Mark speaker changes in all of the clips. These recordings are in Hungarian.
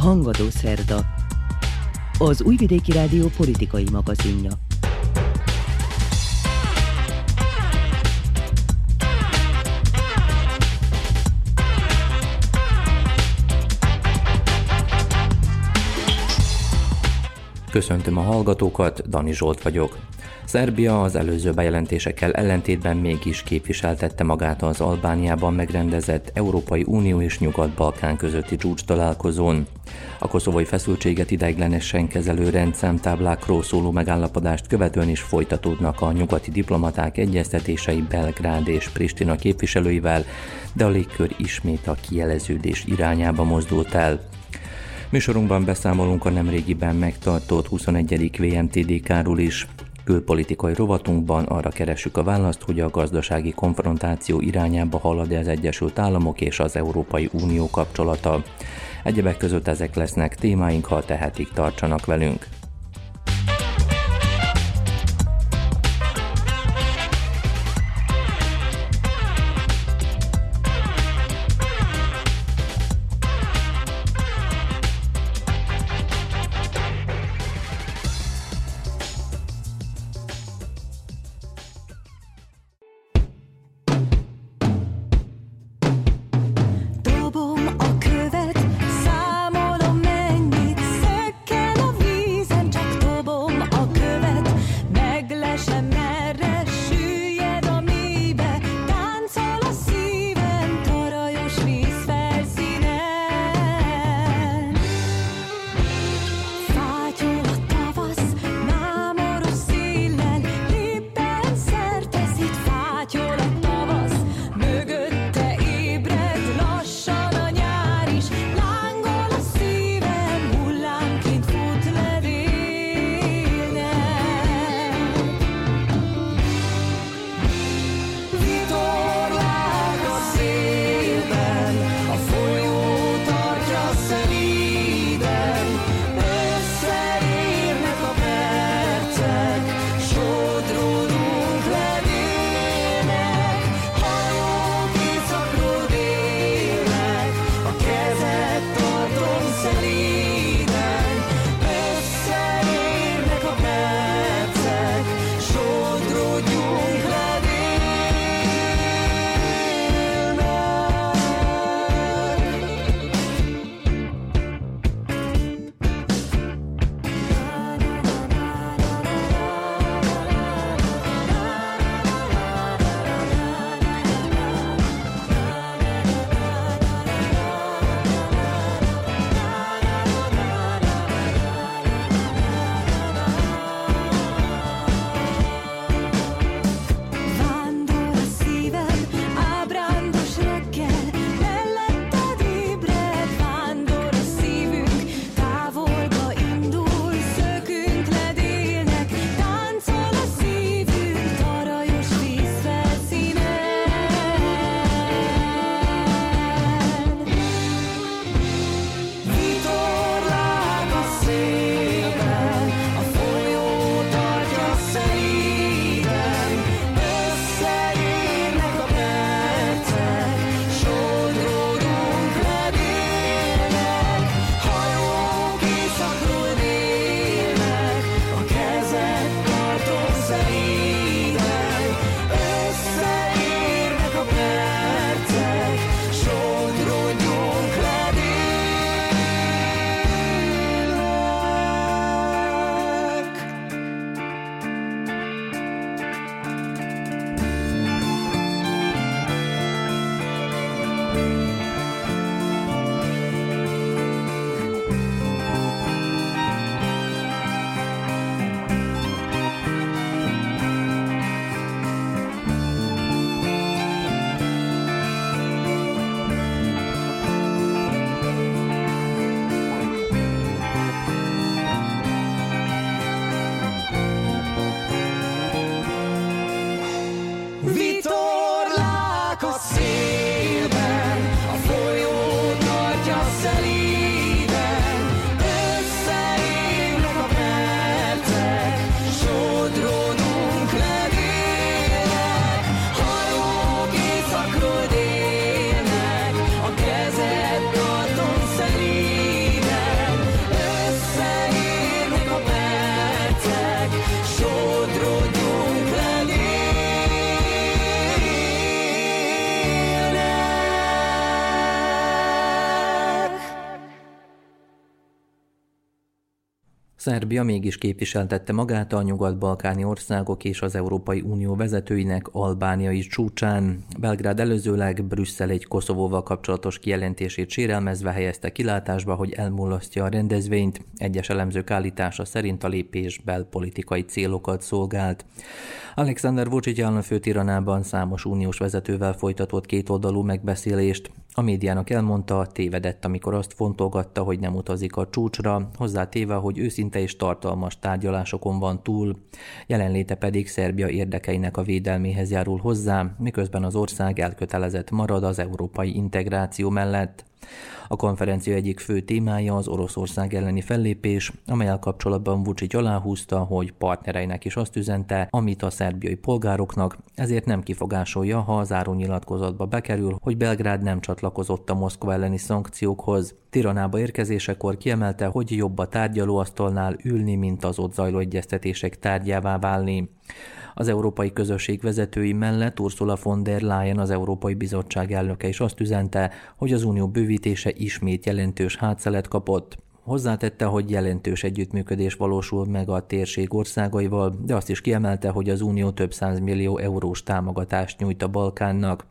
Speaker 1: Hangadó szerda, az Újvidéki Rádió politikai magazinja.
Speaker 2: Köszöntöm a hallgatókat, Dani Zsolt vagyok. Szerbia az előző bejelentésekkel ellentétben mégis képviseltette magát az Albániában megrendezett Európai Unió és Nyugat-Balkán közötti csúcstalálkozón. A koszovói feszültséget ideiglenesen kezelő rendszámtáblákról szóló megállapodást követően is folytatódnak a nyugati diplomaták egyeztetései Belgrád és Pristina képviselőivel, de a légkör ismét a kieleződés irányába mozdult el. Műsorunkban beszámolunk a nemrégiben megtartott 21. VMTDK-ról is. Külpolitikai rovatunkban arra keressük a választ, hogy a gazdasági konfrontáció irányába halad az Egyesült Államok és az Európai Unió kapcsolata. Egyebek között ezek lesznek témáink, ha tehetik, tartsanak velünk. Szerbia mégis képviseltette magát a nyugat-balkáni országok és az Európai Unió vezetőinek albániai csúcsán. Belgrád előzőleg Brüsszel egy Koszovóval kapcsolatos kijelentését sérelmezve helyezte kilátásba, hogy elmulasztja a rendezvényt. Egyes elemzők állítása szerint a lépés belpolitikai célokat szolgált. Alexander Vučić államfő Tiranában számos uniós vezetővel folytatott kétoldalú megbeszélést. A médiának elmondta, tévedett, amikor azt fontolgatta, hogy nem utazik a csúcsra, hozzátéve, hogy őszinte és tartalmas tárgyalásokon van túl. Jelenléte pedig Szerbia érdekeinek a védelméhez járul hozzá, miközben az ország elkötelezett marad az európai integráció mellett. A konferencia egyik fő témája az Oroszország elleni fellépés, amellyel kapcsolatban Vučić aláhúzta, hogy partnereinek is azt üzente, amit a szerbiai polgároknak, ezért nem kifogásolja, ha a zárónyilatkozatba bekerül, hogy Belgrád nem csatlakozott a Moszkva elleni szankciókhoz. Tiranába érkezésekor kiemelte, hogy jobb a tárgyalóasztalnál ülni, mint az ott zajló egyeztetések tárgyává válni. Az Európai Közösség vezetői mellett Ursula von der Leyen, az Európai Bizottság elnöke is azt üzente, hogy az unió bővítése ismét jelentős hátszelet kapott. Hozzátette, hogy jelentős együttműködés valósul meg a térség országaival, de azt is kiemelte, hogy az unió több 100 millió eurós támogatást nyújt a Balkánnak.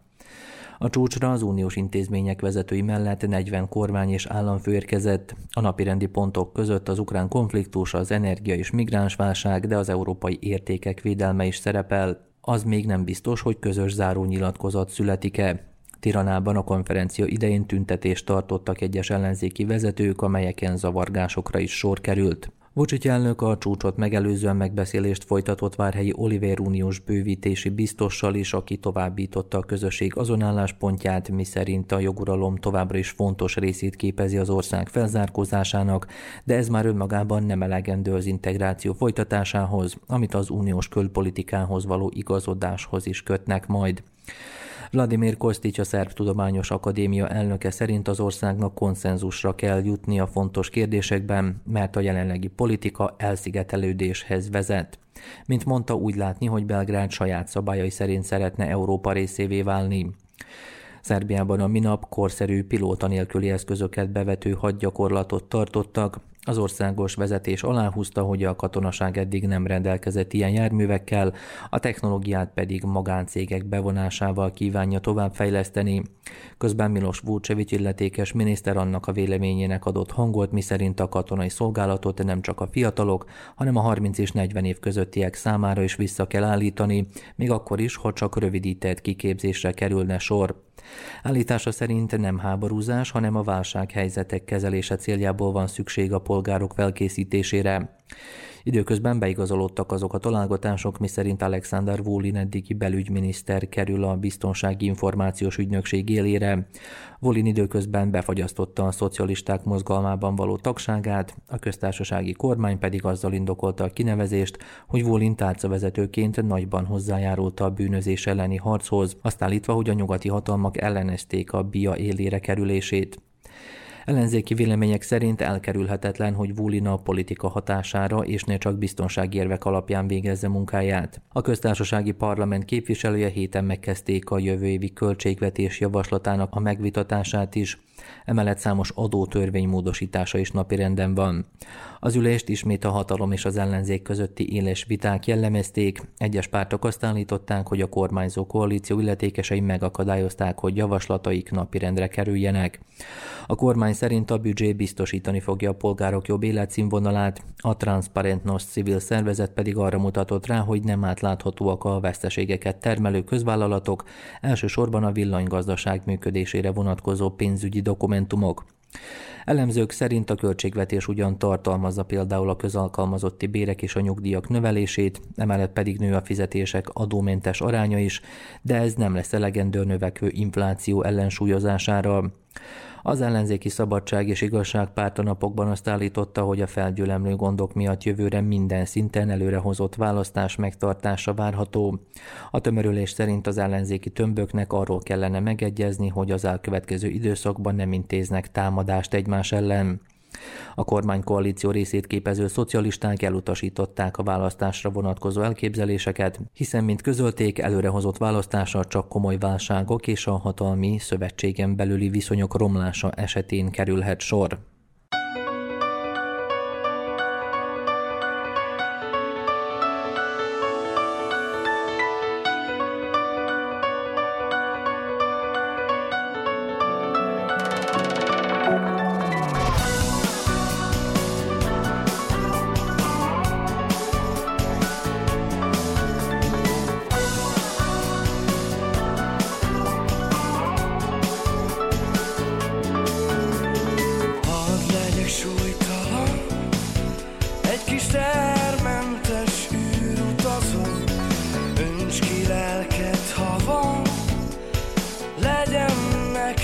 Speaker 2: A csúcsra az uniós intézmények vezetői mellett 40 kormány és államfő érkezett. A napirendi pontok között az ukrán konfliktus, az energia- és migránsválság, de az európai értékek védelme is szerepel. Az még nem biztos, hogy közös zárónyilatkozat születik-e. Tiranában a konferencia idején tüntetést tartottak egyes ellenzéki vezetők, amelyeken zavargásokra is sor került. Vučić elnök a csúcsot megelőzően megbeszélést folytatott Várhelyi Olivér uniós bővítési biztossal is, aki továbbította a közösség azon álláspontját, miszerint a joguralom továbbra is fontos részét képezi az ország felzárkózásának, de ez már önmagában nem elegendő az integráció folytatásához, amit az uniós külpolitikához való igazodáshoz is kötnek majd. Vladimir Kostić, a Szerb Tudományos Akadémia elnöke szerint az országnak konszenzusra kell jutni a fontos kérdésekben, mert a jelenlegi politika elszigetelődéshez vezet. Mint mondta, úgy látni, hogy Belgrád saját szabályai szerint szeretne Európa részévé válni. Szerbiában a minap korszerű pilóta nélküli eszközöket bevető hadgyakorlatot tartottak. Az országos vezetés aláhúzta, hogy a katonaság eddig nem rendelkezett ilyen járművekkel, a technológiát pedig magáncégek bevonásával kívánja továbbfejleszteni. Közben Miloš Vučević illetékes miniszter annak a véleményének adott hangot, miszerint a katonai szolgálatot nem csak a fiatalok, hanem a 30 és 40 év közöttiek számára is vissza kell állítani, még akkor is, ha csak rövidített kiképzésre kerülne sor. Állítása szerint nem háborúzás, hanem a válsághelyzetek kezelése céljából van szükség a polgárok felkészítésére. Időközben beigazolódtak azok a találgatások, miszerint Alexander Volin eddigi belügyminiszter kerül a Biztonsági Információs Ügynökség élére. Volin időközben befagyasztotta a szocialisták mozgalmában való tagságát, a köztársasági kormány pedig azzal indokolta a kinevezést, hogy Volin tárcavezetőként nagyban hozzájárult a bűnözés elleni harchoz, azt állítva, hogy a nyugati hatalmak ellenezték a BIA élére kerülését. Ellenzéki vélemények szerint elkerülhetetlen, hogy Volin a politika hatására és ne csak biztonsági érvek alapján végezze munkáját. A köztársasági parlament képviselője héten megkezdték a jövő évi költségvetés javaslatának a megvitatását is. Emellett számos adótörvény módosítása is napirenden van. Az ülést ismét a hatalom és az ellenzék közötti éles viták jellemezték. Egyes pártok azt állították, hogy a kormányzó koalíció illetékesei megakadályozták, hogy javaslataik napirendre kerüljenek. A kormány szerint a büdzsé biztosítani fogja a polgárok jobb életszínvonalát, a Transparentnost civil szervezet pedig arra mutatott rá, hogy nem átláthatóak a veszteségeket termelő közvállalatok, elsősorban a villanygazdaság működésére vonatkozó pénzügyi dokumentumok. Elemzők szerint a költségvetés ugyan tartalmazza például a közalkalmazotti bérek és a nyugdíjak növelését, emellett pedig nő a fizetések adómentes aránya is, de ez nem lesz elegendő a növekvő infláció ellensúlyozására. Az ellenzéki Szabadság és Igazság Párt a napokban azt állította, hogy a felgyülemlő gondok miatt jövőre minden szinten előrehozott választás megtartása várható. A tömörülés szerint az ellenzéki tömböknek arról kellene megegyezni, hogy az elkövetkező időszakban nem intéznek támadást egymás ellen. A kormánykoalíció részét képező szocialisták elutasították a választásra vonatkozó elképzeléseket, hiszen mint közölték, előrehozott választásra csak komoly válságok és a hatalmi szövetségen belüli viszonyok romlása esetén kerülhet sor.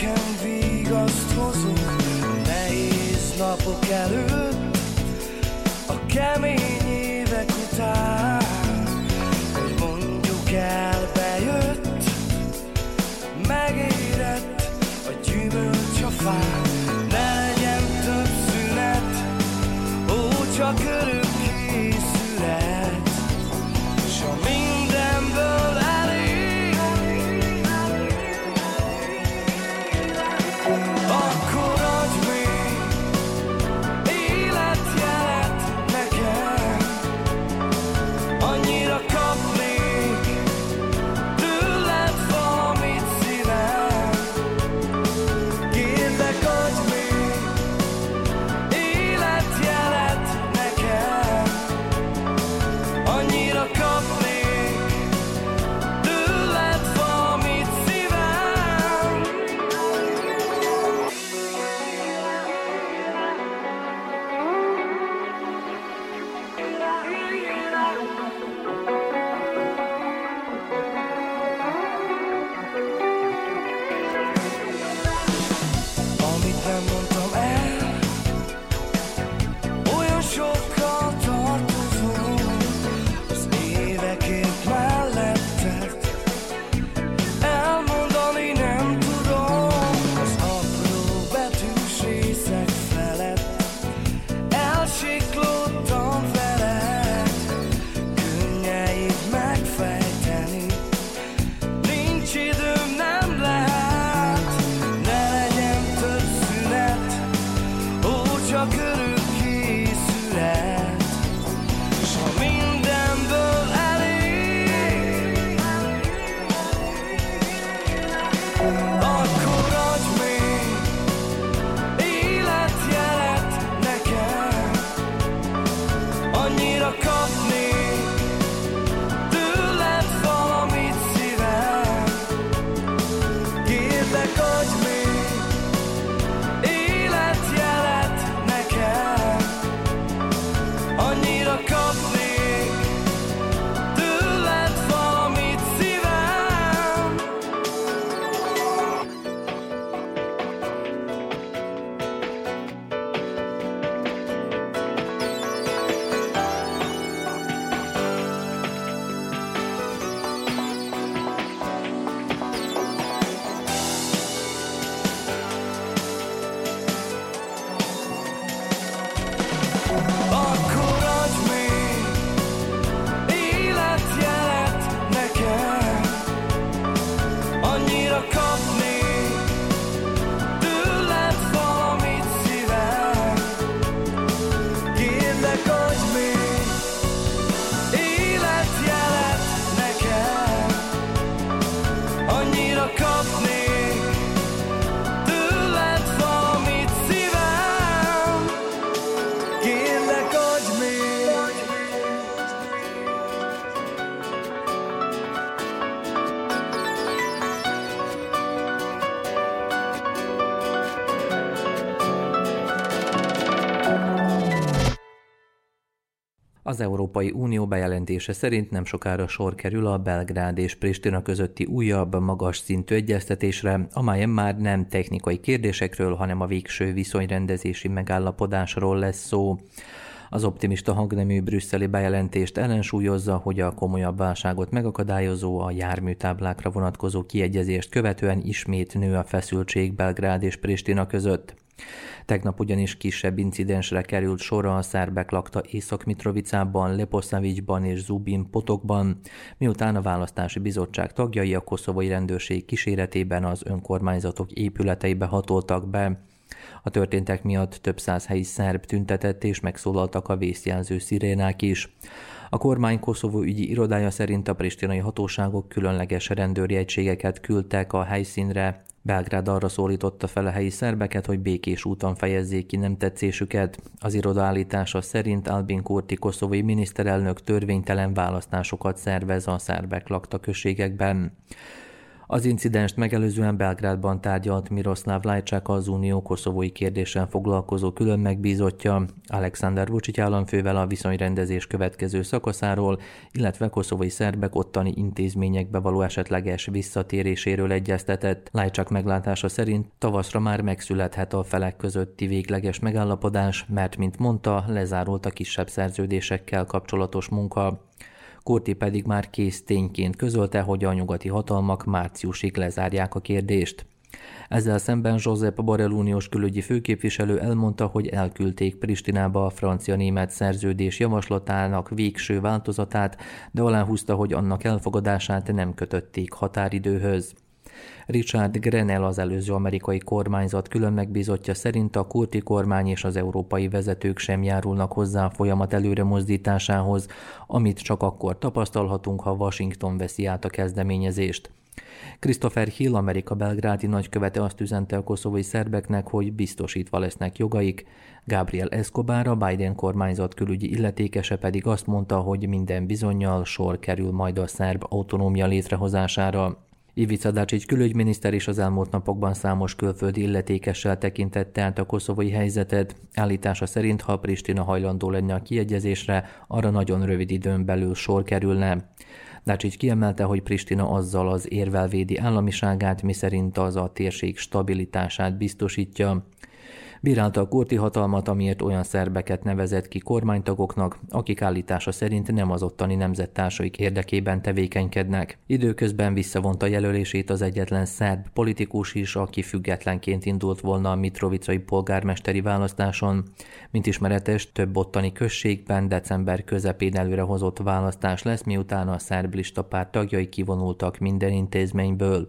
Speaker 3: nekem vigaszt hozol nehéz napok előtt, a kemény évek után, hogy mondjuk el bejött, megérett a gyümölcs a fán. Ne legyen több szünet, ó, csak örökké szület, s a mindenből elég, akkor adj még életjelet nekem, annyira kapnék tőled valamit szívem. Kérlek, adj még életjelet nekem, annyira kapnék tőled valamit szívem. Amit nem mondtam el, olyan sokkal tartozom az évekért melletted. Elmondani nem tudom az apró betűs részek felett. Elsiklottam veled, könnyeit megfejteni. Nincs időm, nem lehet, ne legyen több szünet, ó, csak örökké szület, s ha mindenből elég, akkor adj még életjelet nekem, annyira kapnék tőled valamit szívem. Kérlek, adj még életjelet nekem, annyira kapnék tőled valamit szívem. Akkor adj még életjelet nekem, annyira kapnék tőled valamit szívem. Kérlek, adj még életjelet nekem, annyira kapnék tőled valamit szívem. Kérlek, adj még.
Speaker 2: Az Európai Unió bejelentése szerint nem sokára sor kerül a Belgrád és Pristina közötti újabb, magas szintű egyeztetésre, amelyen már nem technikai kérdésekről, hanem a végső viszonyrendezési megállapodásról lesz szó. Az optimista hangnemű brüsszeli bejelentést ellensúlyozza, hogy a komolyabb válságot megakadályozó, a járműtáblákra vonatkozó kiegyezést követően ismét nő a feszültség Belgrád és Pristina között. Tegnap ugyanis kisebb incidensre került sor a szerbek lakta Észak-Mitrovicában, Leposavicsban és Zubin Potokban, miután a választási bizottság tagjai a koszovói rendőrség kíséretében az önkormányzatok épületeibe hatoltak be. A történtek miatt több száz helyi szerb tüntetett és megszólaltak a vészjelző szirénák is. A kormány Koszovó ügyi irodája szerint a pristinai hatóságok különleges rendőri egységeket küldtek a helyszínre. Belgrád arra szólította fel a helyi szerbeket, hogy békés úton fejezzék ki nem tetszésüket. Az iroda állítása szerint Albin Kurti koszovói miniszterelnök törvénytelen választásokat szervez a szerbek lakta községekben. Az incidenst megelőzően Belgrádban tárgyalt Miroslav Lajčák, az unió koszovói kérdéssel foglalkozó külön megbízottja Aleksandar Vučić államfővel a viszonyrendezés következő szakaszáról, illetve koszovói szerbek ottani intézményekbe való esetleges visszatéréséről egyeztetett. Lajčák meglátása szerint tavaszra már megszülethet a felek közötti végleges megállapodás, mert, mint mondta, lezárult a kisebb szerződésekkel kapcsolatos munka. Kurti pedig már kész tényként közölte, hogy a nyugati hatalmak márciusig lezárják a kérdést. Ezzel szemben Josep Borrell uniós külügyi főképviselő elmondta, hogy elküldték Pristinába a francia-német szerződés javaslatának végső változatát, de aláhúzta, hogy annak elfogadását nem kötötték határidőhöz. Richard Grenell, az előző amerikai kormányzat külön megbízottja szerint a kurti kormány és az európai vezetők sem járulnak hozzá a folyamat előre mozdításához, amit csak akkor tapasztalhatunk, ha Washington veszi át a kezdeményezést. Christopher Hill, Amerika belgrádi nagykövete azt üzente a koszovói szerbeknek, hogy biztosítva lesznek jogaik. Gabriel Escobar, a Biden kormányzat külügyi illetékese pedig azt mondta, hogy minden bizonnyal sor kerül majd a szerb autonómia létrehozására. Ivica Dačić külügyminiszter is az elmúlt napokban számos külföldi illetékessel tekintette át a koszovói helyzetet. Állítása szerint, ha Pristina hajlandó lenne a kiegyezésre, arra nagyon rövid időn belül sor kerülne. Dačić kiemelte, hogy Pristina azzal az érvel védi államiságát, miszerint az a térség stabilitását biztosítja. Bírálta a kurti hatalmat, amiért olyan szerbeket nevezett ki kormánytagoknak, akik állítása szerint nem az ottani nemzettársaik érdekében tevékenykednek. Időközben visszavonta jelölését az egyetlen szerb politikus is, aki függetlenként indult volna a mitrovicai polgármesteri választáson. Mint ismeretes, több ottani községben december közepén előrehozott választás lesz, miután a szerb lista párt tagjai kivonultak minden intézményből.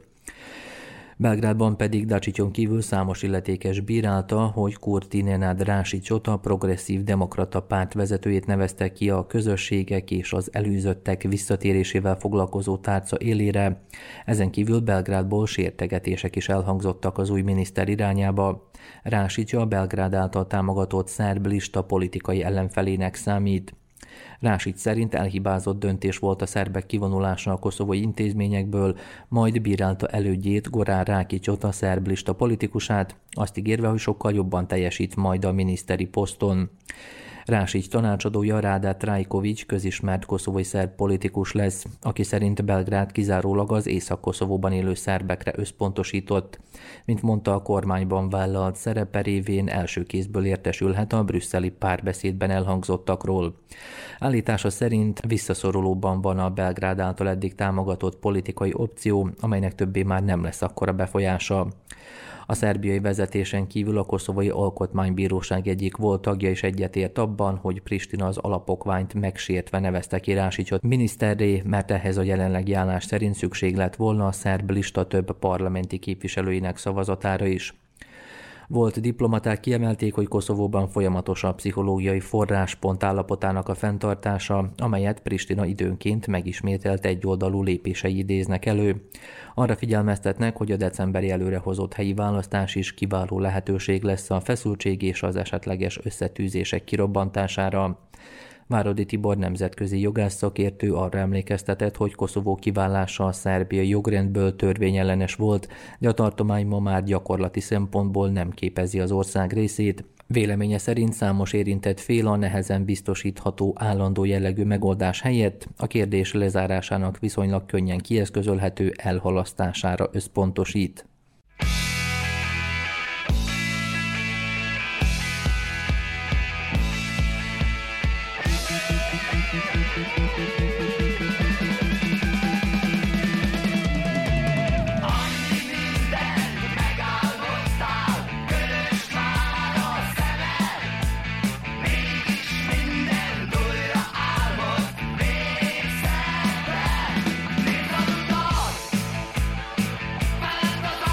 Speaker 2: Belgrádban pedig Dačićon kívül számos illetékes bírálta, hogy Kurti Nenad Rasićot, a progresszív demokrata párt vezetőjét nevezte ki a közösségek és az elűzöttek visszatérésével foglalkozó tárca élére. Ezen kívül Belgrádból sértegetések is elhangzottak az új miniszter irányába. Rasić a Belgrád által támogatott szerb lista politikai ellenfelének számít. Rasić szerint elhibázott döntés volt a szerbek kivonulása a koszovói intézményekből, majd bírálta elődjét, Goran Rakićot, a szerb lista politikusát, azt ígérve, hogy sokkal jobban teljesít majd a miniszteri poszton. Rasić tanácsadója Rada Trajković közismert koszovói szerb politikus lesz, aki szerint Belgrád kizárólag az Észak-Koszovóban élő szerbekre összpontosított. Mint mondta, a kormányban vállalt szerepe révén első kézből értesülhet a brüsszeli párbeszédben elhangzottakról. Állítása szerint visszaszorulóban van a Belgrád által eddig támogatott politikai opció, amelynek többé már nem lesz akkora befolyása. A szerbiai vezetésen kívül a koszovói alkotmánybíróság egyik volt tagja is egyetért abban, hogy Pristina az alapokványt megsértve nevezte ki Rasićot miniszterré, mert ehhez a jelenlegi állás szerint szükség lett volna a szerb lista több parlamenti képviselőinek szavazatára is. Volt diplomaták kiemelték, hogy Koszovóban folyamatos a pszichológiai forráspont állapotának a fenntartása, amelyet Pristina időnként megismételt egyoldalú lépései idéznek elő. Arra figyelmeztetnek, hogy a decemberi előrehozott helyi választás is kiváló lehetőség lesz a feszültség és az esetleges összetűzések kirobbantására. Váradi Tibor nemzetközi jogásszakértő arra emlékeztetett, hogy Koszovó kiválása a szerbiai jogrendből törvényellenes volt, de a tartomány ma már gyakorlati szempontból nem képezi az ország részét. Véleménye szerint számos érintett fél a nehezen biztosítható állandó jellegű megoldás helyett a kérdés lezárásának viszonylag könnyen kieszközölhető elhalasztására összpontosít.
Speaker 3: Veled az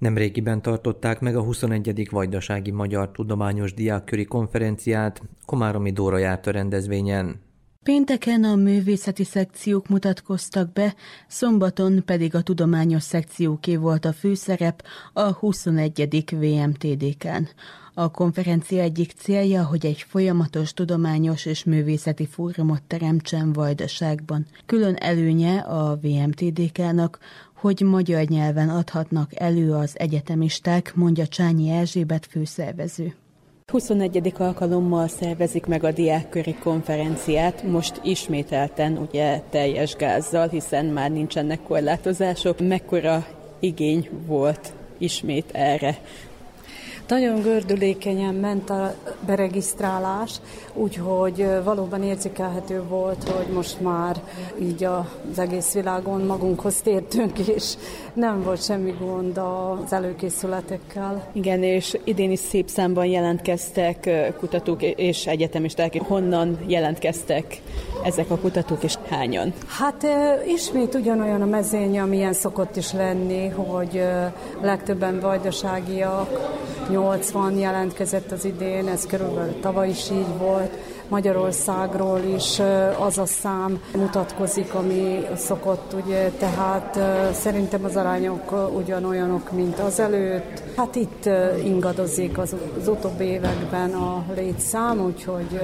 Speaker 2: Nemrégiben tartották meg a 21. Vajdasági Magyar Tudományos Diákköri Konferenciát, Komáromi Dóra járt a rendezvényen.
Speaker 4: Pénteken a művészeti szekciók mutatkoztak be, szombaton pedig a tudományos szekcióké volt a főszerep a 21. VMTDK-n. A konferencia egyik célja, hogy egy folyamatos tudományos és művészeti fórumot teremtsen Vajdaságban. Külön előnye a VMTDK-nak, hogy magyar nyelven adhatnak elő az egyetemisták, mondja Csányi Erzsébet főszervező.
Speaker 5: 21. alkalommal szervezik meg a diákköri konferenciát, most ismételten ugye teljes gázzal, hiszen már nincsenek korlátozások. Mekkora igény volt ismét erre?
Speaker 6: Nagyon gördülékenyen ment a beregisztrálás, úgyhogy valóban érzékelhető volt, hogy most már így az egész világon magunkhoz tértünk, és nem volt semmi gond az előkészületekkel.
Speaker 5: Igen, és idén is szép számban jelentkeztek kutatók és egyetemisták. Honnan jelentkeztek ezek a kutatók, és hányan?
Speaker 6: Hát ismét ugyanolyan a mezőny, amilyen szokott is lenni, hogy legtöbben vajdaságiak, 80 jelentkezett az idén, ez körülbelül tavaly is így volt. Magyarországról is az a szám mutatkozik, ami szokott, ugye, tehát szerintem az arányok ugyanolyanok, mint azelőtt. Hát itt ingadozik az utóbbi években a létszám, úgyhogy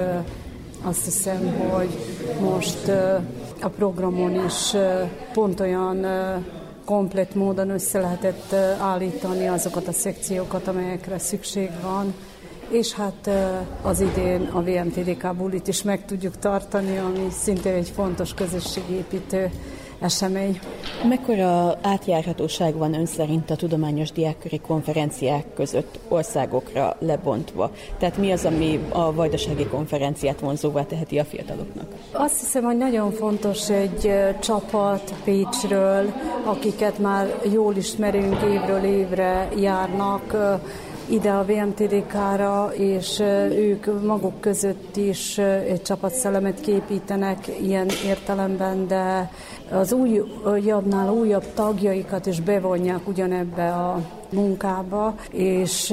Speaker 6: azt hiszem, hogy most a programon is pont olyan komplett módon össze lehetett állítani azokat a szekciókat, amelyekre szükség van, és hát az idén a VMTDK bulit is meg tudjuk tartani, ami szintén egy fontos közösségépítő esemény.
Speaker 5: Mekkora átjárhatóság van ön szerint a tudományos diákköri konferenciák között országokra lebontva? Tehát mi az, ami a vajdasági konferenciát vonzóvá teheti a fiataloknak?
Speaker 6: Azt hiszem, hogy nagyon fontos egy csapat Pécsről, akiket már jól ismerünk, évről évre járnak ide a VMTDK-ra, és ők maguk között is egy csapatszellemet képítenek ilyen értelemben, de az újabbnál újabb tagjaikat is bevonják ugyanebbe a munkába, és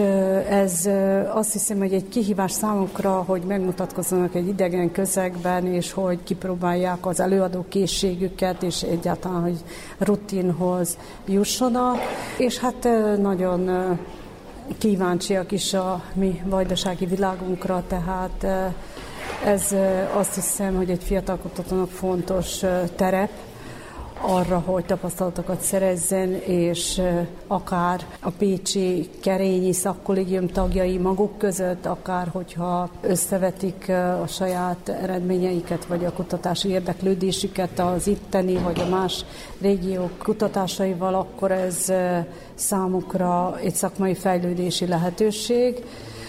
Speaker 6: ez azt hiszem, hogy egy kihívás számukra, hogy megmutatkozzanak egy idegen közegben, és hogy kipróbálják az előadó készségüket, és egyáltalán, hogy rutinhoz jussanak, és hát nagyon kíváncsiak is a mi vajdasági világunkra, tehát ez azt hiszem, hogy egy fiatal kutatónak fontos terep arra, hogy tapasztalatokat szerezzen, és akár a pécsi Kerényi Szakkollégium tagjai maguk között, akár hogyha összevetik a saját eredményeiket, vagy a kutatási érdeklődésüket az itteni, vagy a más régiók kutatásaival, akkor ez számukra egy szakmai fejlődési lehetőség.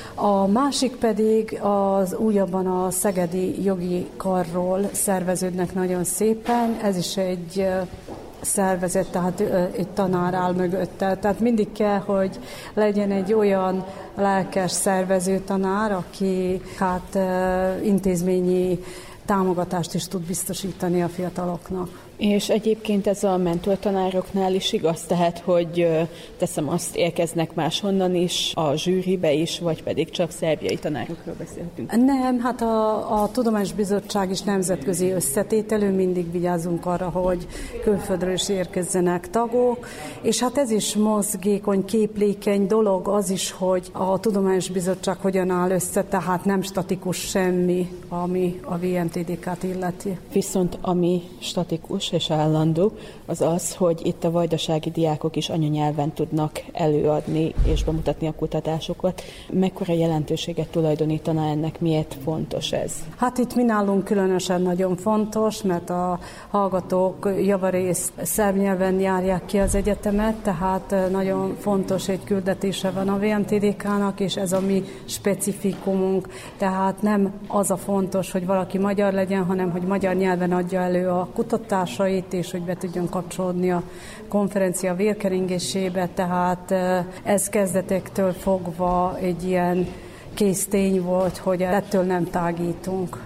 Speaker 6: A másik pedig az újabban a Szegedi Jogi Karról szerveződnek nagyon szépen. Ez is egy szervezet, tehát egy tanár áll mögötte. Tehát mindig kell, hogy legyen egy olyan lelkes szervező tanár, aki hát intézményi támogatást is tud biztosítani a fiataloknak.
Speaker 5: És egyébként ez a mentortanároknál is igaz, tehát, hogy teszem azt, érkeznek máshonnan is, a zsűribe is, vagy pedig csak szerbiai tanárokról beszélhetünk?
Speaker 6: Nem, hát a Tudományos Bizottság is nemzetközi összetételű, mindig vigyázunk arra, hogy külföldről is érkezzenek tagok, és hát ez is mozgékony, képlékeny dolog az is, hogy a Tudományos Bizottság hogyan áll össze, tehát nem statikus semmi, ami a VMTDK-t illeti.
Speaker 5: Viszont ami statikus és állandó, az az, hogy itt a vajdasági diákok is anyanyelven tudnak előadni és bemutatni a kutatásokat. Mekkora jelentőséget tulajdonítaná ennek, miért fontos ez?
Speaker 6: Hát itt mi nálunk különösen nagyon fontos, mert a hallgatók javarészt szerb nyelven járják ki az egyetemet, tehát nagyon fontos egy küldetése van a VMTDK-nak, és ez a mi specifikumunk, tehát nem az a fontos, hogy valaki magyar legyen, hanem hogy magyar nyelven adja elő a kutatásait, és hogy be tudjon kapcsolódni a konferencia vérkeringésébe, tehát ez kezdetektől fogva egy ilyen kész tény volt, hogy ettől nem tágítunk.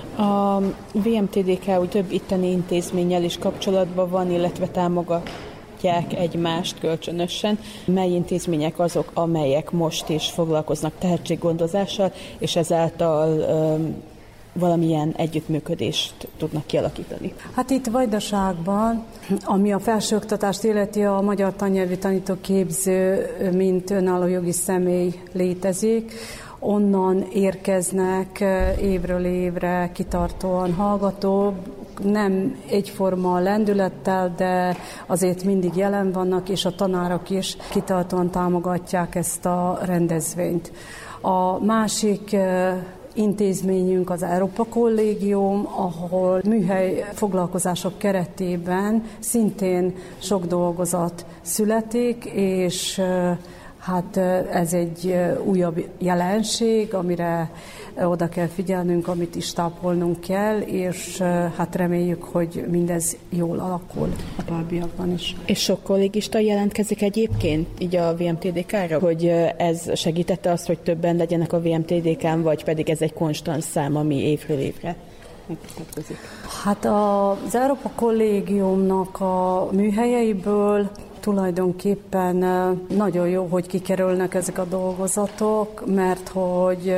Speaker 5: A VMTDK úgy több itteni intézménnyel is kapcsolatban van, illetve támogat támogatják egymást kölcsönösen, mely intézmények azok, amelyek most is foglalkoznak tehetséggondozással, és ezáltal valamilyen együttműködést tudnak kialakítani.
Speaker 6: Hát itt Vajdaságban, ami a felsőoktatást illeti, a Magyar Tannyelvi Tanítóképző, mint önálló jogi személy létezik. Onnan érkeznek évről évre kitartóan hallgatók, nem egyforma lendülettel, de azért mindig jelen vannak, és a tanárok is kitartóan támogatják ezt a rendezvényt. A másik intézményünk az Európa Kollégium, ahol műhely foglalkozások keretében szintén sok dolgozat születik, és hát ez egy újabb jelenség, amire oda kell figyelnünk, amit is tápolnunk kell, és hát reméljük, hogy mindez jól alakul a továbbiakban is.
Speaker 5: És sok kollégista jelentkezik egyébként így a VMTDK-ra, hogy ez segítette azt, hogy többen legyenek a VMTDK-n, vagy pedig ez egy konstans szám, ami évről évre megmutatkozik?
Speaker 6: Hát az Európa Kollégiumnak a műhelyeiből tulajdonképpen nagyon jó, hogy kikerülnek ezek a dolgozatok, mert hogy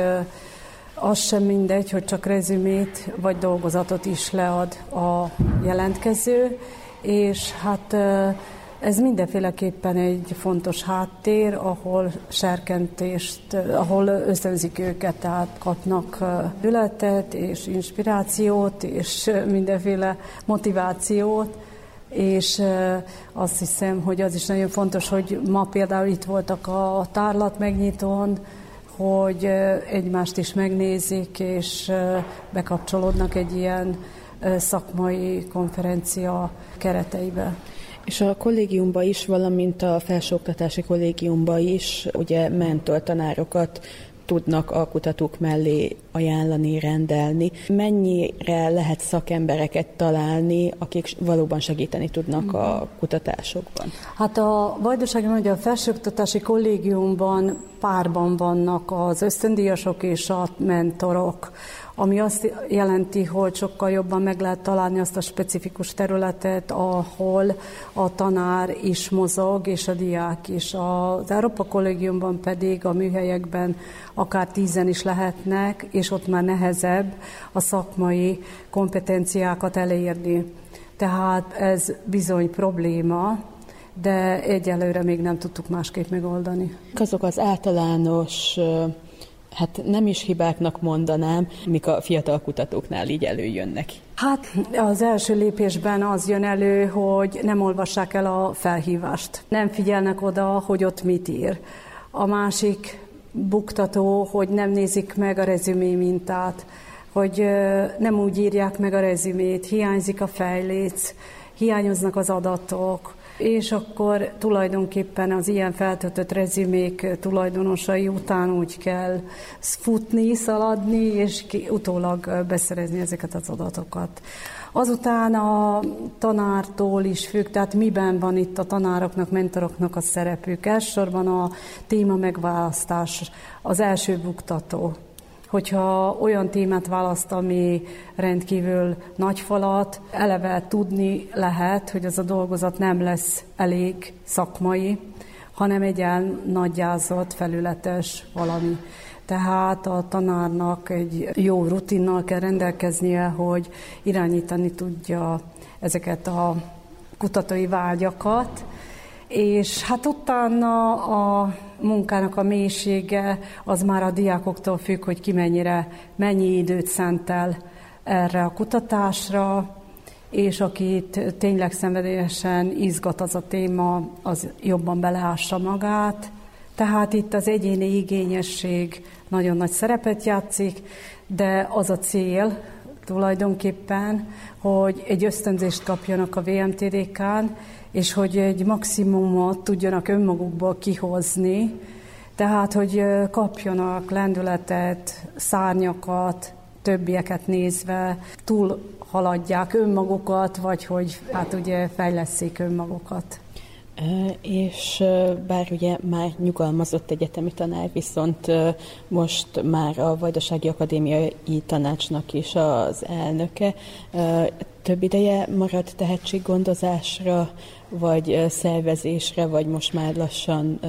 Speaker 6: az sem mindegy, hogy csak rezümét vagy dolgozatot is lead a jelentkező, és hát ez mindenféleképpen egy fontos háttér, ahol serkentést, ahol ösztönzik őket, tehát kapnak ületet és inspirációt, és mindenféle motivációt, és azt hiszem, hogy az is nagyon fontos, hogy ma például itt voltak a tárlat megnyitón, hogy egymást is megnézik, és bekapcsolódnak egy ilyen szakmai konferencia kereteibe.
Speaker 5: És a kollégiumban is, valamint a felsőoktatási kollégiumban is ugye mentortanárokat tudnak a kutatók mellé ajánlani, rendelni. Mennyire lehet szakembereket találni, akik valóban segíteni tudnak a kutatásokban?
Speaker 6: Hát a Vajdasági Magyar Felsőoktatási Kollégiumban párban vannak az ösztöndíjasok és a mentorok, ami azt jelenti, hogy sokkal jobban meg lehet találni azt a specifikus területet, ahol a tanár is mozog, és a diák is. Az Európa Kollégiumban pedig a műhelyekben akár 10 is lehetnek, és ott már nehezebb a szakmai kompetenciákat elérni. Tehát ez bizony probléma, de egyelőre még nem tudtuk másképp megoldani.
Speaker 5: Azok az általános, hát nem is hibáknak mondanám, mik a fiatal kutatóknál így előjönnek.
Speaker 6: Hát az első lépésben az jön elő, hogy nem olvassák el a felhívást. Nem figyelnek oda, hogy ott mit ír. A másik buktató, hogy nem nézik meg a rezümé mintát, hogy nem úgy írják meg a rezümét, hiányzik a fejléc, hiányoznak az adatok, és akkor tulajdonképpen az ilyen feltöltött rezümék tulajdonosai után úgy kell futni, szaladni, és utólag beszerezni ezeket az adatokat. Azután a tanártól is függ, tehát miben van itt a tanároknak, mentoroknak a szerepük. Elsősorban a téma megválasztás, az első buktató. Hogyha olyan témát választ, ami rendkívül nagy falat, eleve tudni lehet, hogy az a dolgozat nem lesz elég szakmai, hanem egy nagyjázott, felületes valami. Tehát a tanárnak egy jó rutinnal kell rendelkeznie, hogy irányítani tudja ezeket a kutatói vágyakat, és hát utána a munkának a mélysége az már a diákoktól függ, hogy ki mennyi időt szentel erre a kutatásra, és akit tényleg szenvedélyesen izgat az a téma, az jobban beleássa magát. Tehát itt az egyéni igényesség nagyon nagy szerepet játszik, de az a cél tulajdonképpen, hogy egy ösztönzést kapjanak a VMTDK-n, és hogy egy maximumot tudjanak önmagukból kihozni, tehát, hogy kapjanak lendületet, szárnyakat, többieket nézve, túl haladják önmagukat, vagy hogy hát ugye fejlesszék önmagukat.
Speaker 5: És bár ugye már nyugalmazott egyetemi tanár, viszont most már a Vajdasági Akadémiai Tanácsnak is az elnöke. Több ideje marad tehetséggondozásra, vagy szervezésre, vagy most már lassan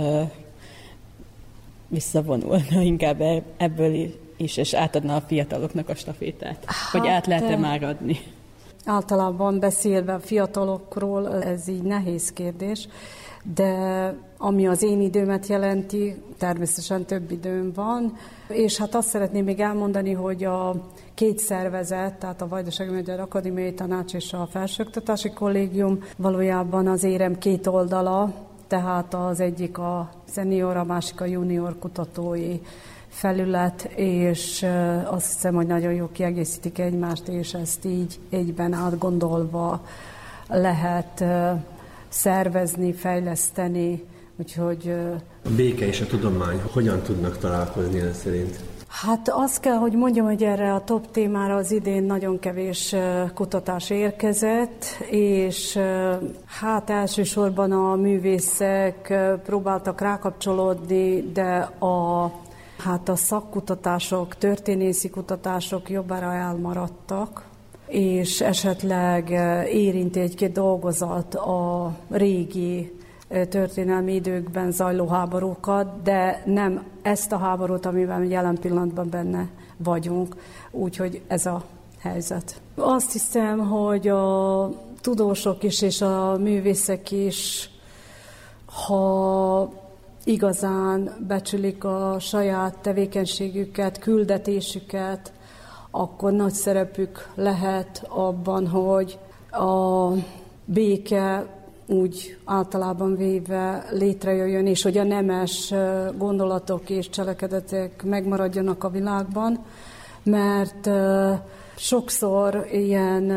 Speaker 5: visszavonulna inkább ebből is, és átadna a fiataloknak a stafétát? Vagy át lehet-e már adni?
Speaker 6: Általában beszélve a fiatalokról, ez így nehéz kérdés, de ami az én időmet jelenti, természetesen több időm van, és hát azt szeretném még elmondani, hogy a két szervezet, tehát a Vajdasági Magyar Akadémiai Tanács és a Felsőoktatási Kollégium valójában az érem két oldala, tehát az egyik a szenior, a másik a junior kutatói felület, és azt hiszem, hogy nagyon jó kiegészítik egymást, és ezt így egyben átgondolva lehet szervezni, fejleszteni, úgyhogy...
Speaker 7: A béke és a tudomány hogyan tudnak találkozni ön szerint?
Speaker 6: Hát azt kell, hogy mondjam, hogy erre a top témára az idén nagyon kevés kutatás érkezett, és hát elsősorban a művészek próbáltak rákapcsolódni, de a szakkutatások, történészi kutatások jobbára elmaradtak, és esetleg érinti egy-két dolgozat a régi történelmi időkben zajló háborúkat, de nem ezt a háborút, amiben jelen pillanatban benne vagyunk. Úgyhogy ez a helyzet. Azt hiszem, hogy a tudósok is és a művészek is, ha igazán becsülik a saját tevékenységüket, küldetésüket, akkor nagy szerepük lehet abban, hogy a béke úgy általában véve létrejöjjön, és hogy a nemes gondolatok és cselekedetek megmaradjanak a világban, mert sokszor ilyen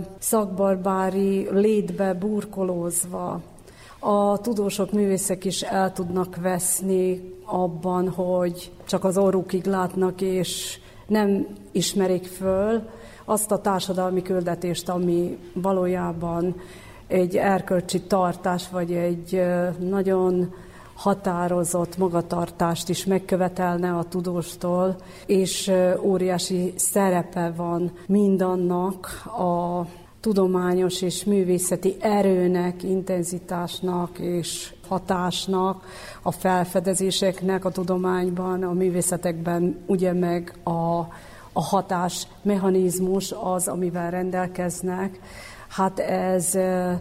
Speaker 6: szakbarbári létbe burkolózva a tudósok, művészek is el tudnak veszni abban, hogy csak az orrukig látnak, és nem ismerik föl azt a társadalmi küldetést, ami valójában egy erkölcsi tartás, vagy egy nagyon határozott magatartást is megkövetelne a tudóstól, és óriási szerepe van mindannak a tudományos és művészeti erőnek, intenzitásnak és hatásnak, a felfedezéseknek a tudományban, a művészetekben, ugye meg a hatás mechanizmus az, amivel rendelkeznek. Hát ez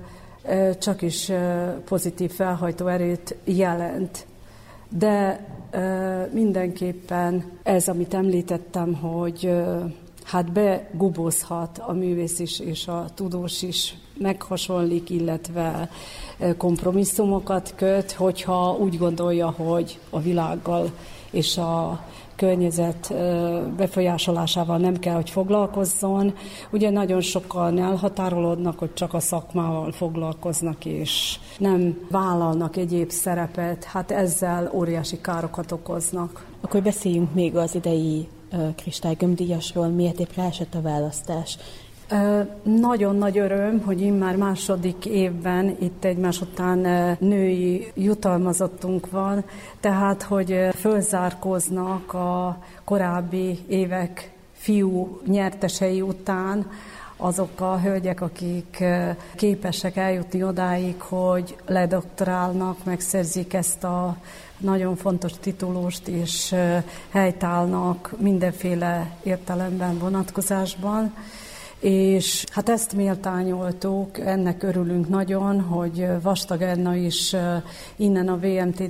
Speaker 6: csak is pozitív felhajtó erőt jelent. De mindenképpen ez, amit említettem, hogy hát begubozhat a művész is és a tudós is, meghasonlik, illetve kompromisszumokat köt, hogyha úgy gondolja, hogy a világgal és a környezet befolyásolásával nem kell, hogy foglalkozzon. Ugye nagyon sokan elhatárolódnak, hogy csak a szakmával foglalkoznak, és nem vállalnak egyéb szerepet, hát ezzel óriási károkat okoznak.
Speaker 5: Akkor beszéljünk még az idei Kristály-gömbdíjasról, miért épp ráesett a választás.
Speaker 6: Nagyon nagy öröm, hogy immár második évben itt egymás után női jutalmazottunk van, tehát hogy fölzárkóznak a korábbi évek fiú nyertesei után azok a hölgyek, akik képesek eljutni odáig, hogy ledoktorálnak, megszerzik ezt a nagyon fontos titulust, és helytállnak mindenféle értelemben, vonatkozásban. És hát ezt méltányoltuk, ennek örülünk nagyon, hogy Vastag Edna is innen a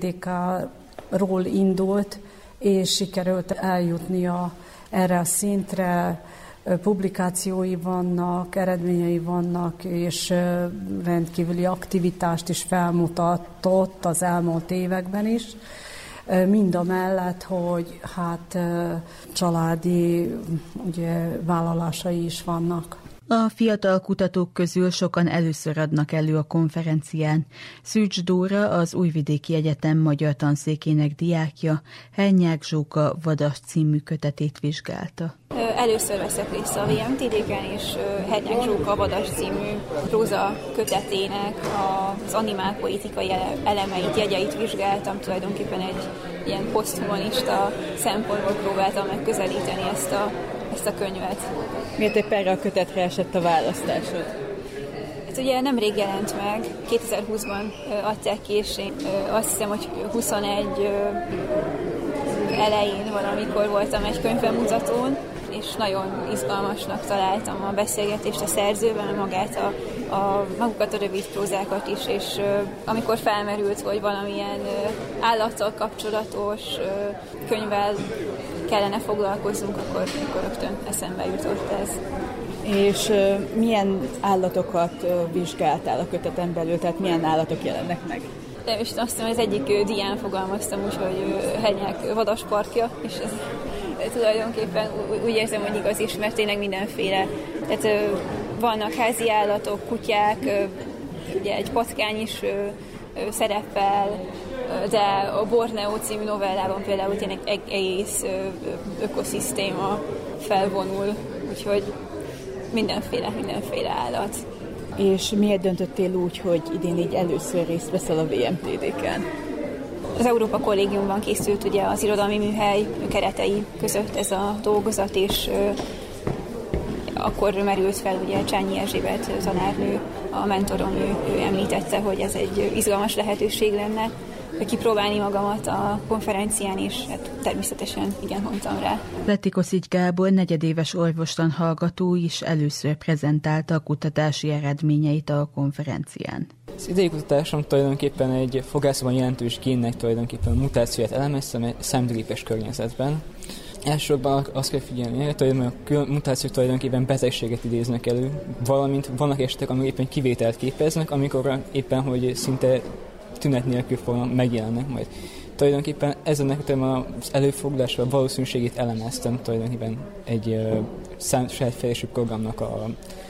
Speaker 6: VMTDK-ról indult, és sikerült eljutnia erre a szintre. Publikációi vannak, eredményei vannak, és rendkívüli aktivitást is felmutatott az elmúlt években is. Mindamellett, hogy hát családi ugye, vállalásai is vannak.
Speaker 4: A fiatal kutatók közül sokan először adnak elő a konferencián. Szűcs Dóra, az Újvidéki Egyetem magyar tanszékének diákja, Hennyák Zsóka Vadas című kötetét vizsgálta.
Speaker 8: Először veszek részt a VMTD-ken, és Hennyák Zsóka Vadas című próza kötetének az animál politikai elemeit, jegyeit vizsgáltam, tulajdonképpen egy ilyen poszthumanista szempontból próbáltam megközelíteni ezt a ezt a könyvet.
Speaker 5: Miért épp erre a kötetre esett a választásod?
Speaker 8: Hát ugye nemrég jelent meg, 2020-ban adták ki, és én azt hiszem, hogy 21 elején valamikor voltam egy könyvbemutatón, és nagyon izgalmasnak találtam a beszélgetést a szerzőben, magukat a rövid prózákat is, és amikor felmerült, hogy valamilyen állattal kapcsolatos könyvvel kellene foglalkozzunk, akkor rögtön eszembe jutott ez.
Speaker 5: És milyen állatokat vizsgáltál a köteten belül, tehát milyen állatok jelennek meg?
Speaker 8: De és azt hiszem, az egyik dián fogalmaztam úgy, hogy Henyák vadasparkja, és ez tulajdonképpen úgy érzem, hogy igaz is, mert tényleg mindenféle. Tehát vannak házi állatok, kutyák, ugye egy patkány is szerepel, de a Borneo című novellában például tényleg egész ökoszisztéma felvonul, úgyhogy mindenféle állat.
Speaker 5: És miért döntöttél úgy, hogy idén így először részt veszel a VMTDK-n?
Speaker 8: Az Európa Kollégiumban készült ugye az irodalmi műhely keretei között ez a dolgozat, és akkor merült fel ugye Csányi Erzsébet tanárnő, a mentorom, ő említette, hogy ez egy izgalmas lehetőség lenne kipróbálni magamat a konferencián, és hát természetesen igen, mondtam rá.
Speaker 4: Letikoszics Gábor negyedéves orvostan hallgató is először prezentálta a kutatási eredményeit a konferencián.
Speaker 9: Az idei kutatásom tulajdonképpen egy fogászban jelentős génnek tulajdonképpen mutációját elemeztem egy számítógépes környezetben. Elsősorban azt kell figyelni, hogy a mutációk tulajdonképpen betegséget idéznek elő, valamint vannak esetek, amik éppen kivételt képeznek, amikor éppen, hogy szinte tünet nélkül fognak megjelennek majd. Tulajdonképpen ennek az előfordulásra valószínűségét elemeztem tulajdonképpen egy saját fejlesztő programnak a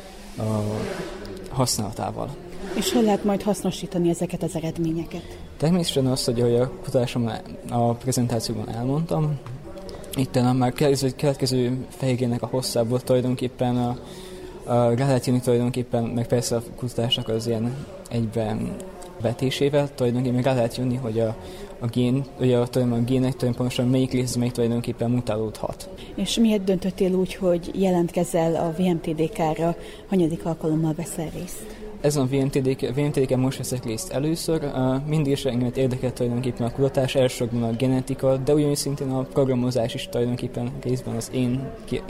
Speaker 9: használatával.
Speaker 5: És hol lehet majd hasznosítani ezeket az eredményeket?
Speaker 9: Természetesen azt, hogy a kutatásom a prezentációban elmondtam, itt a már keletkező fejgének a hosszából tulajdonképpen rá lehet jönni tulajdonképpen, meg persze a kutatásnak az ilyen egyben vetésével tulajdonképpen rá lehet jönni, hogy a gének pontosan melyik rész meg tulajdonképpen mutálódhat.
Speaker 5: És miért döntöttél úgy, hogy jelentkezel a VMTDK-ra, hanyadik alkalommal veszel részt?
Speaker 9: Ezen a VMTDK-en most veszek részt először. Mindig is engem érdekelt tulajdonképpen a kutatás, elsősorban a genetika, de ugyanúgy szintén a programozás is tulajdonképpen részben az én